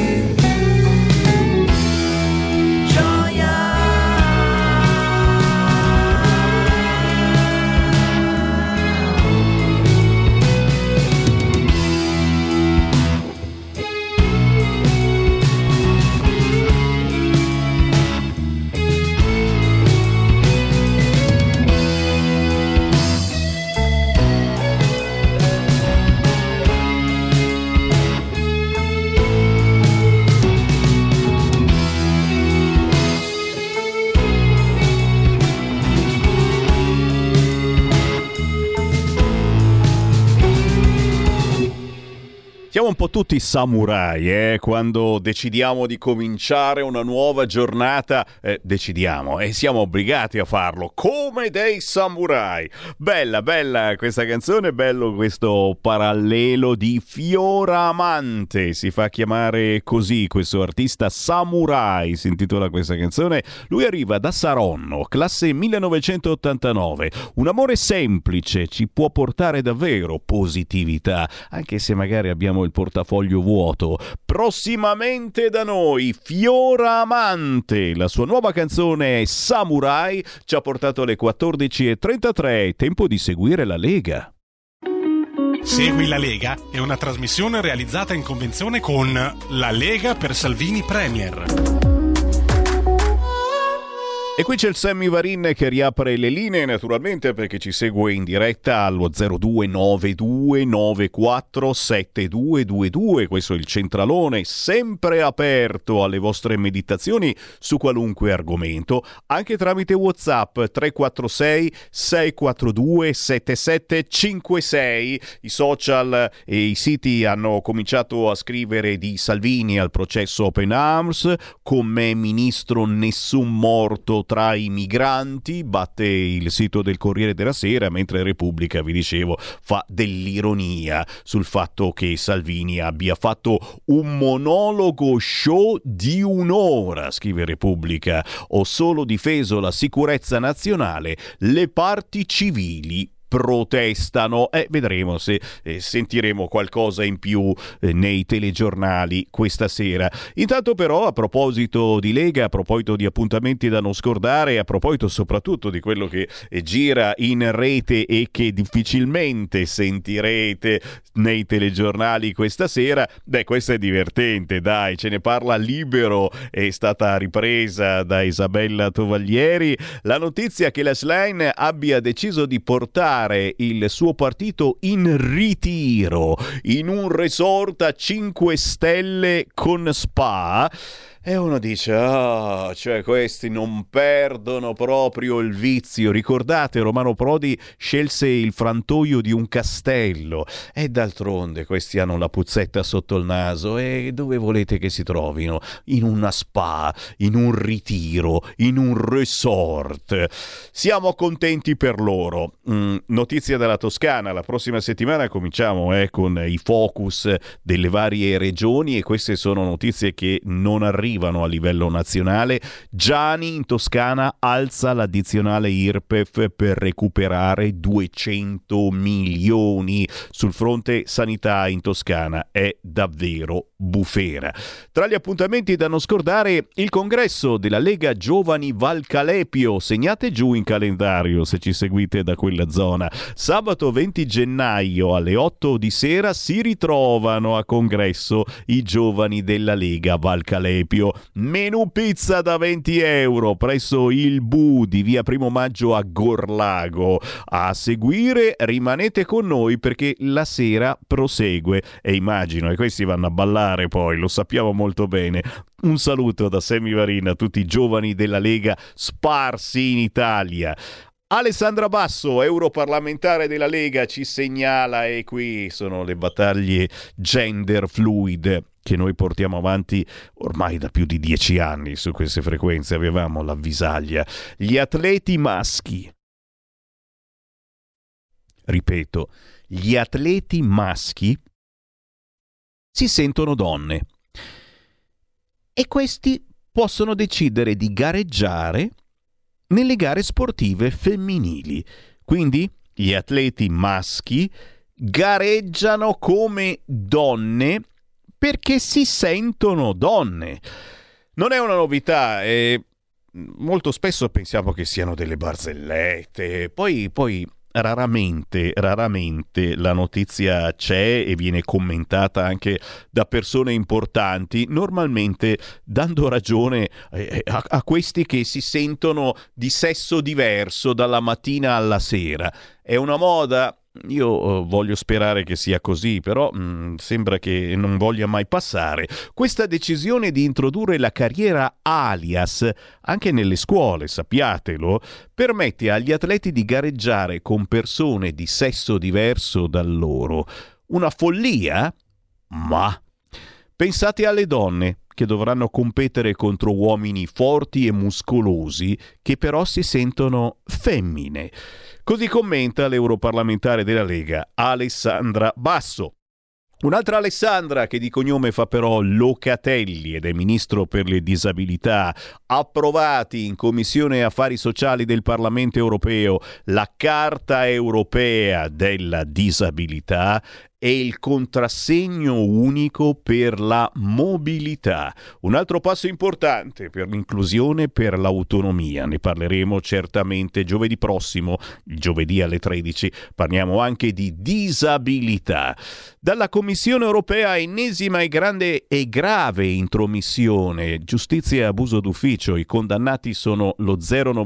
Siamo un po' tutti samurai, quando decidiamo di cominciare una nuova giornata, decidiamo e siamo obbligati a farlo come dei samurai. Bella, bella questa canzone, bello questo parallelo di Fioramante, si fa chiamare così questo artista Samurai, si intitola questa canzone. Lui arriva da Saronno, classe 1989, un amore semplice ci può portare davvero positività, anche se magari abbiamo il portafoglio vuoto. Prossimamente da noi Fioramante, la sua nuova canzone Samurai ci ha portato alle 14:33, tempo di seguire la Lega. Segui la Lega è una trasmissione realizzata in convenzione con La Lega per Salvini Premier. E qui c'è il Sammy Varin che riapre le linee, naturalmente, perché ci segue in diretta allo 0292947222. Questo è il centralone, sempre aperto alle vostre meditazioni su qualunque argomento, anche tramite WhatsApp 346 642 7756. I social e i siti hanno cominciato a scrivere di Salvini al processo Open Arms, con me ministro nessun morto tra i migranti, batte il sito del Corriere della Sera, mentre Repubblica, vi dicevo, fa dell'ironia sul fatto che Salvini abbia fatto un monologo show di un'ora, scrive Repubblica. Ho solo difeso la sicurezza nazionale, le parti civili protestano. Vedremo se sentiremo qualcosa in più nei telegiornali questa sera. Intanto però, a proposito di Lega, a proposito di appuntamenti da non scordare, a proposito soprattutto di quello che gira in rete e che difficilmente sentirete nei telegiornali questa sera, questo è divertente, dai, ce ne parla Libero, è stata ripresa da Isabella Tovaglieri, la notizia che la Schlein abbia deciso di portare il suo partito in ritiro in un resort a 5 stelle con spa. E uno dice, cioè questi non perdono proprio il vizio. Ricordate, Romano Prodi scelse il frantoio di un castello e d'altronde questi hanno la puzzetta sotto il naso. E dove volete che si trovino? In una spa, in un ritiro, in un resort. Siamo contenti per loro. Notizia dalla Toscana, la prossima settimana cominciamo con i focus delle varie regioni, e queste sono notizie che non arrivano a livello nazionale. Giani in Toscana alza l'addizionale IRPEF per recuperare 200 milioni. Sul fronte sanità in Toscana è davvero bufera. Tra gli appuntamenti da non scordare, il congresso della Lega Giovani Val Calepio. Segnate giù in calendario se ci seguite da quella zona. Sabato 20 gennaio alle 8 di sera si ritrovano a congresso i giovani della Lega Val Calepio. Menù pizza da 20 euro presso il Bu di via Primo Maggio a Gorlago. A seguire rimanete con noi perché la sera prosegue, e immagino, e questi vanno a ballare poi, lo sappiamo molto bene. Un saluto da Sammy Varin a tutti i giovani della Lega sparsi in Italia. Alessandra Basso, europarlamentare della Lega, ci segnala, e qui sono le battaglie gender fluid che noi portiamo avanti ormai da più di 10 anni su queste frequenze. Avevamo l'avvisaglia. Gli atleti maschi, ripeto, gli atleti maschi si sentono donne. E questi possono decidere di gareggiare nelle gare sportive femminili. Quindi gli atleti maschi gareggiano come donne perché si sentono donne. Non è una novità e molto spesso pensiamo che siano delle barzellette, poi raramente la notizia c'è e viene commentata anche da persone importanti, normalmente dando ragione a questi che si sentono di sesso diverso dalla mattina alla sera. È una moda? Io voglio sperare che sia così, però sembra che non voglia mai passare. Questa decisione di introdurre la carriera alias anche nelle scuole, sappiatelo, permette agli atleti di gareggiare con persone di sesso diverso dal loro. Una follia? Ma pensate alle donne che dovranno competere contro uomini forti e muscolosi che però si sentono femmine. Così commenta l'europarlamentare della Lega, Alessandra Basso. Un'altra Alessandra, che di cognome fa però Locatelli ed è ministro per le disabilità, approvati in Commissione Affari Sociali del Parlamento Europeo la Carta Europea della Disabilità e il contrassegno unico per la mobilità. Un altro passo importante per l'inclusione e per l'autonomia. Ne parleremo certamente giovedì prossimo, il giovedì alle 13. Parliamo anche di disabilità. Dalla Commissione Europea ennesima e grande e grave intromissione. Giustizia e abuso d'ufficio. I condannati sono lo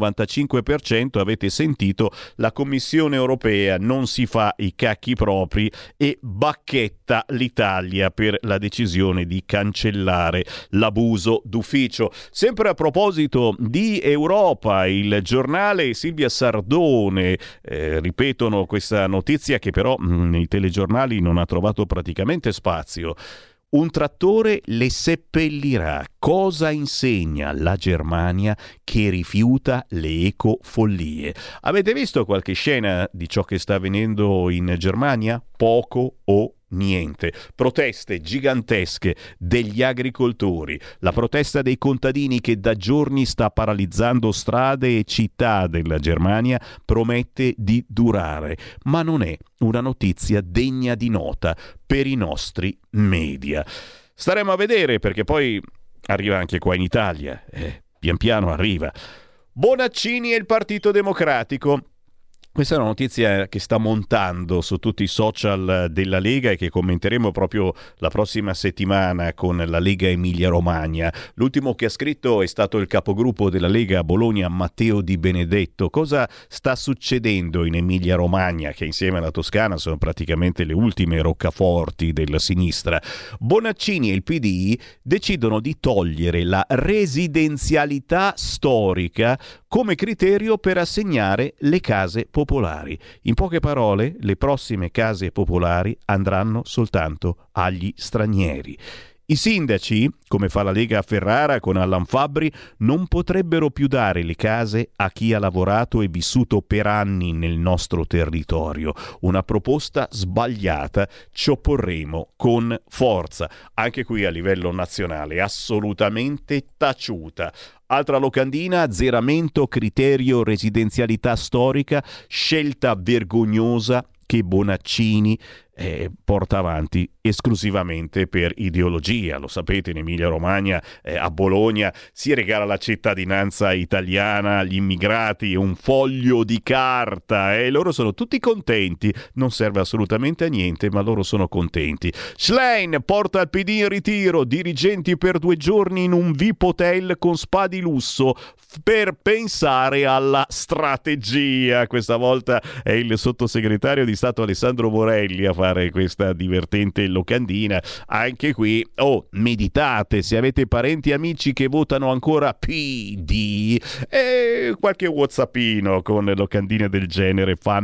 0,95%. Avete sentito, la Commissione Europea non si fa i cacchi propri e bacchetta l'Italia per la decisione di cancellare l'abuso d'ufficio. Sempre a proposito di Europa, il giornale Silvia Sardone ripetono questa notizia che però nei telegiornali non ha trovato praticamente spazio. Un trattore le seppellirà. Cosa insegna la Germania che rifiuta le ecofollie? Avete visto qualche scena di ciò che sta avvenendo in Germania? Poco o niente. Proteste gigantesche degli agricoltori, la protesta dei contadini che da giorni sta paralizzando strade e città della Germania promette di durare, ma non è una notizia degna di nota per i nostri media. Staremo a vedere, perché poi arriva anche qua in Italia, pian piano arriva. Bonaccini e il Partito Democratico. Questa è una notizia che sta montando su tutti i social della Lega e che commenteremo proprio la prossima settimana con la Lega Emilia Romagna. L'ultimo che ha scritto è stato il capogruppo della Lega a Bologna, Matteo Di Benedetto. Cosa sta succedendo in Emilia Romagna, che insieme alla Toscana sono praticamente le ultime roccaforti della sinistra? Bonaccini e il PD decidono di togliere la residenzialità storica come criterio per assegnare le case popolari. In poche parole, le prossime case popolari andranno soltanto agli stranieri. I sindaci, come fa la Lega a Ferrara con Allan Fabbri, non potrebbero più dare le case a chi ha lavorato e vissuto per anni nel nostro territorio. Una proposta sbagliata, ci opporremo con forza. Anche qui a livello nazionale, assolutamente taciuta. Altra locandina, azzeramento criterio residenzialità storica, scelta vergognosa che Bonaccini porta avanti esclusivamente per ideologia. Lo sapete, in Emilia Romagna, a Bologna, si regala la cittadinanza italiana agli immigrati, un foglio di carta, e loro sono tutti contenti. Non serve assolutamente a niente, ma loro sono contenti. Schlein porta il PD in ritiro, dirigenti per 2 giorni in un VIP hotel con spa di lusso per pensare alla strategia. Questa volta è il sottosegretario di Stato Alessandro Morelli a fare questa divertente locandina. Anche qui, meditate, se avete parenti e amici che votano ancora PD, e qualche whatsappino con locandine del genere fanno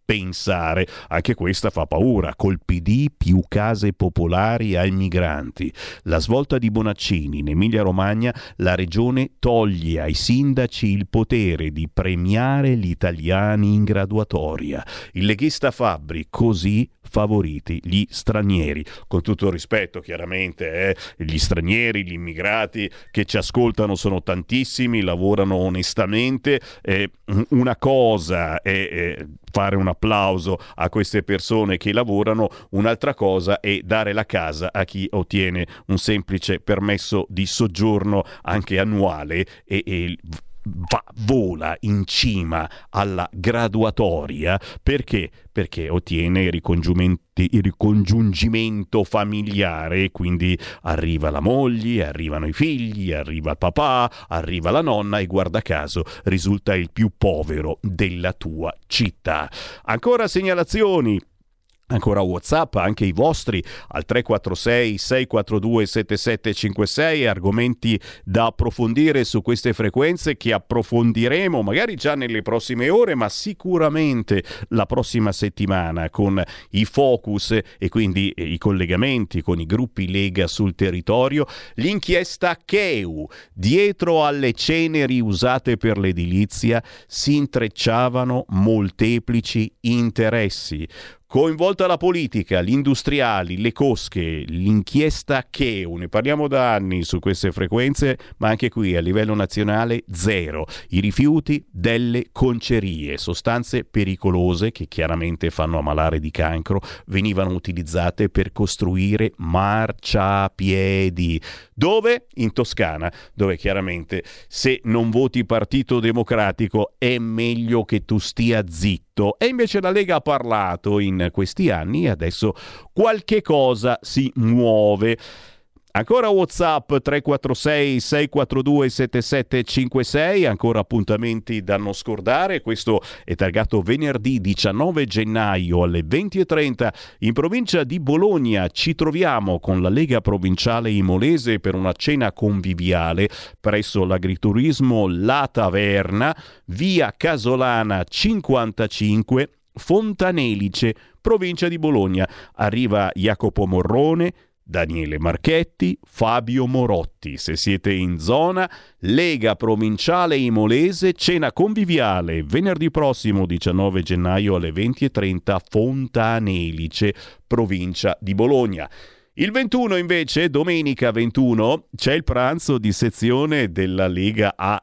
pensare. Anche questa fa paura. Col PD più case popolari ai migranti. La svolta di Bonaccini in Emilia-Romagna, la regione toglie ai sindaci il potere di premiare gli italiani in graduatoria. Il leghista Fabbri, così favoriti gli stranieri. Con tutto il rispetto, chiaramente, gli stranieri, gli immigrati che ci ascoltano sono tantissimi, lavorano onestamente. Una cosa è fare un applauso a queste persone che lavorano, un'altra cosa è dare la casa a chi ottiene un semplice permesso di soggiorno anche annuale e vola in cima alla graduatoria perché ottiene il ricongiungimento familiare, quindi arriva la moglie, arrivano i figli, arriva il papà, arriva la nonna e guarda caso risulta il più povero della tua città. Ancora segnalazioni, ancora WhatsApp, anche i vostri al 346 642 7756, argomenti da approfondire su queste frequenze che approfondiremo magari già nelle prossime ore, ma sicuramente la prossima settimana con i focus e quindi i collegamenti con i gruppi Lega sul territorio. L'inchiesta Cheu, dietro alle ceneri usate per l'edilizia si intrecciavano molteplici interessi. Coinvolta la politica, gli industriali, le cosche, l'inchiesta Cheu, ne parliamo da anni su queste frequenze, ma anche qui a livello nazionale zero. I rifiuti delle concerie, sostanze pericolose che chiaramente fanno ammalare di cancro, venivano utilizzate per costruire marciapiedi. Dove? In Toscana, dove chiaramente se non voti Partito Democratico è meglio che tu stia zitto. E invece la Lega ha parlato in questi anni e adesso qualche cosa si muove. Ancora WhatsApp 346 642 7756, ancora appuntamenti da non scordare. Questo è targato venerdì 19 gennaio alle 20:30 in provincia di Bologna. Ci troviamo con la Lega Provinciale Imolese per una cena conviviale presso l'agriturismo La Taverna, via Casolana 55, Fontanelice, provincia di Bologna. Arriva Jacopo Morrone, Daniele Marchetti, Fabio Morotti. Se siete in zona, Lega Provinciale Imolese, cena conviviale venerdì prossimo 19 gennaio alle 20:30, Fontanelice, provincia di Bologna. Il 21 invece, domenica 21, c'è il pranzo di sezione della Lega a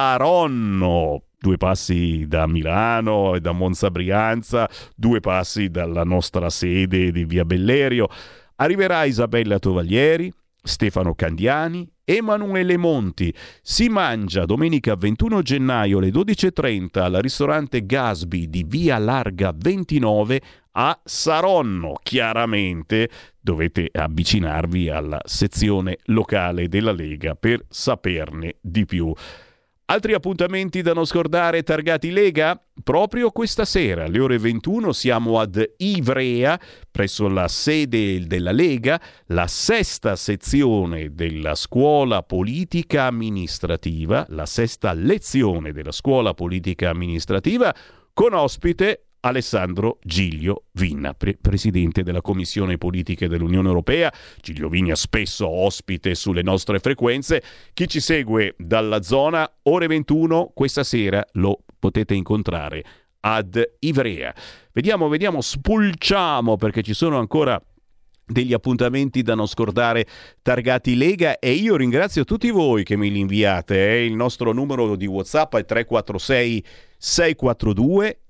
Saronno. 2 passi da Milano e da Monza Brianza, 2 passi dalla nostra sede di via Bellerio. Arriverà Isabella Tovaglieri, Stefano Candiani, Emanuele Monti. Si mangia domenica 21 gennaio alle 12:30 al ristorante Gasby di via Larga 29 a Saronno. Chiaramente dovete avvicinarvi alla sezione locale della Lega per saperne di più. Altri appuntamenti da non scordare targati Lega? Proprio questa sera, alle ore 21, siamo ad Ivrea, presso la sede della Lega, la 6ª sezione della scuola politica amministrativa, la 6ª lezione della scuola politica amministrativa, con ospite Alessandro Giglio Vinna, presidente della Commissione Politiche dell'Unione Europea. Giglio Vinna spesso ospite sulle nostre frequenze. Chi ci segue dalla zona, ore 21, questa sera lo potete incontrare ad Ivrea. Vediamo, spulciamo perché ci sono ancora degli appuntamenti da non scordare targati Lega e io ringrazio tutti voi che me li inviate. Il nostro numero di WhatsApp è 346 642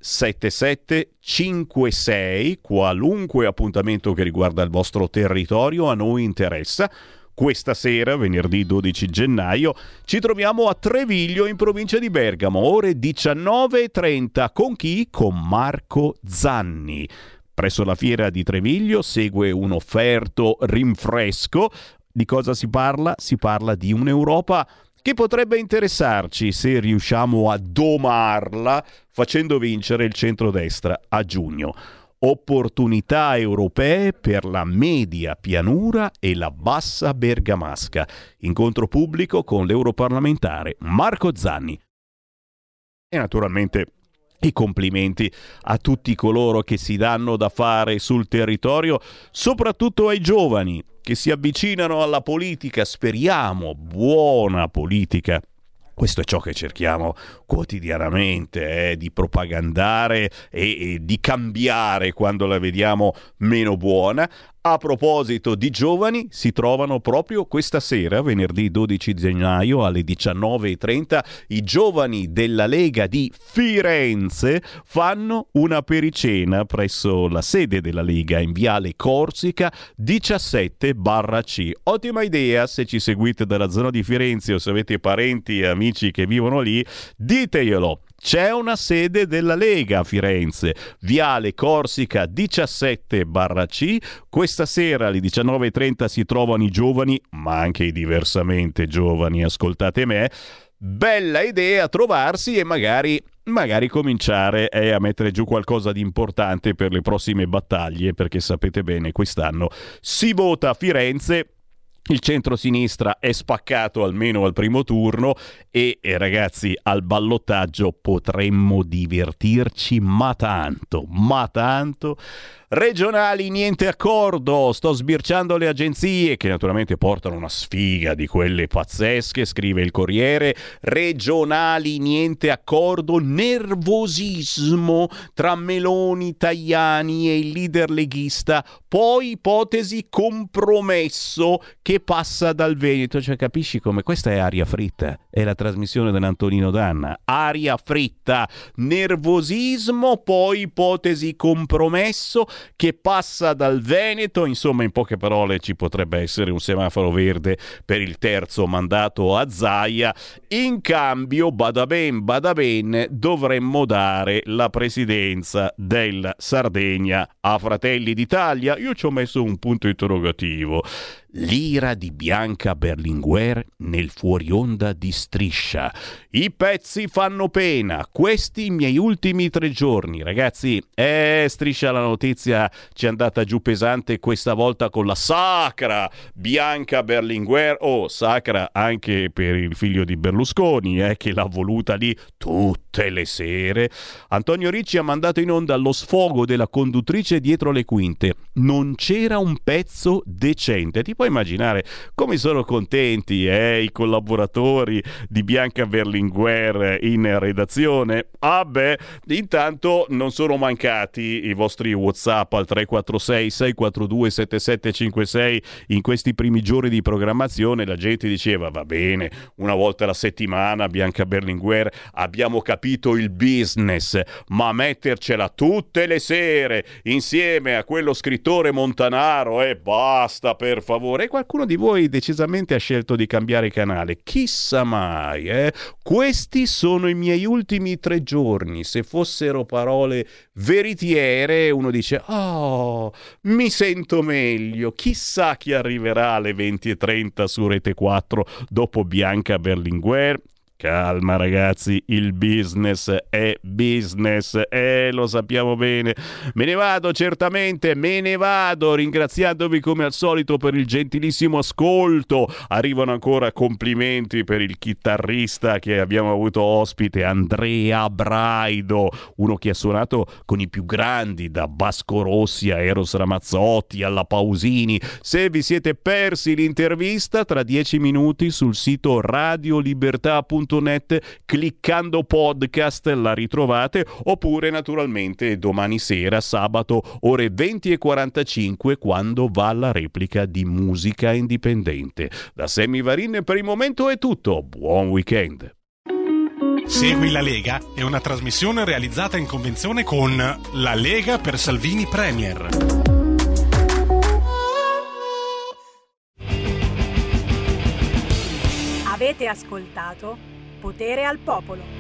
7756. Qualunque appuntamento che riguarda il vostro territorio a noi interessa. Questa sera, venerdì 12 gennaio, ci troviamo a Treviglio in provincia di Bergamo, ore 19:30. Con chi? Con Marco Zanni. Presso la fiera di Treviglio segue un offerto rinfresco. Di cosa si parla? Si parla di un'Europa che potrebbe interessarci se riusciamo a domarla facendo vincere il centrodestra a giugno. Opportunità europee per la media pianura e la bassa bergamasca. Incontro pubblico con l'europarlamentare Marco Zanni. E naturalmente I complimenti a tutti coloro che si danno da fare sul territorio, soprattutto ai giovani che si avvicinano alla politica, speriamo buona politica. Questo è ciò che cerchiamo quotidianamente, di propagandare e di cambiare quando la vediamo meno buona. A proposito di giovani, si trovano proprio questa sera, venerdì 12 gennaio alle 19:30, i giovani della Lega di Firenze fanno una pericena presso la sede della Lega in Viale Corsica 17/C. Ottima idea, se ci seguite dalla zona di Firenze o se avete parenti e amici che vivono lì, diteglielo. C'è una sede della Lega a Firenze, Viale Corsica 17/C. Questa sera alle 19:30 si trovano i giovani, ma anche i diversamente giovani, ascoltate me. Bella idea trovarsi e magari cominciare a mettere giù qualcosa di importante per le prossime battaglie, perché sapete bene, quest'anno si vota a Firenze. Il centro-sinistra è spaccato almeno al primo turno e ragazzi, al ballottaggio potremmo divertirci ma tanto. Regionali niente accordo, sto sbirciando le agenzie che naturalmente portano una sfiga di quelle pazzesche, scrive il Corriere. Regionali niente accordo, nervosismo tra Meloni, Tajani e il leader leghista, poi ipotesi compromesso che passa dal Veneto. Cioè, capisci come questa è aria fritta, è la trasmissione dell'Antonino Danna, aria fritta, nervosismo, poi ipotesi compromesso che passa dal Veneto. Insomma, in poche parole, ci potrebbe essere un semaforo verde per il terzo mandato a Zaia. In cambio, bada ben, dovremmo dare la presidenza della Sardegna a Fratelli d'Italia. Io ci ho messo un punto interrogativo. L'ira di Bianca Berlinguer nel fuori onda di Striscia. I pezzi fanno pena. Questi i miei ultimi 3 giorni, ragazzi. Striscia la notizia ci è andata giù pesante questa volta con la sacra Bianca Berlinguer. Sacra anche per il figlio di Berlusconi, che l'ha voluta lì tutte le sere. Antonio Ricci ha mandato in onda lo sfogo della conduttrice dietro le quinte. Non c'era un pezzo decente. Ti puoi immaginare come sono contenti i collaboratori di Bianca Berlinguer in redazione? Intanto non sono mancati i vostri WhatsApp al 346 642 7756. In questi primi giorni di programmazione la gente diceva: va bene, una volta alla settimana Bianca Berlinguer, abbiamo capito il business, ma mettercela tutte le sere insieme a quello scrittore Montanaro, basta, per favore. E qualcuno di voi decisamente ha scelto di cambiare canale, chissà mai. Questi sono i miei ultimi 3 giorni. Se fossero parole veritiere, uno dice: mi sento meglio. Chissà chi arriverà alle 20:30 su Rete 4 dopo Bianca Berlinguer. Calma ragazzi, il business è business, lo sappiamo bene. Me ne vado, certamente, ringraziandovi come al solito per il gentilissimo ascolto. Arrivano ancora complimenti per il chitarrista che abbiamo avuto ospite, Andrea Braido, uno che ha suonato con i più grandi, da Vasco Rossi a Eros Ramazzotti alla Pausini. Se vi siete persi l'intervista, tra 10 minuti sul sito radiolibertà.net, cliccando podcast la ritrovate, oppure naturalmente domani sera, sabato, ore 20:45, quando va la replica di Musica Indipendente. Da Sammy Varin per il momento è tutto, buon weekend. Segui la Lega è una trasmissione realizzata in convenzione con La Lega per Salvini Premier. Avete ascoltato Potere al Popolo.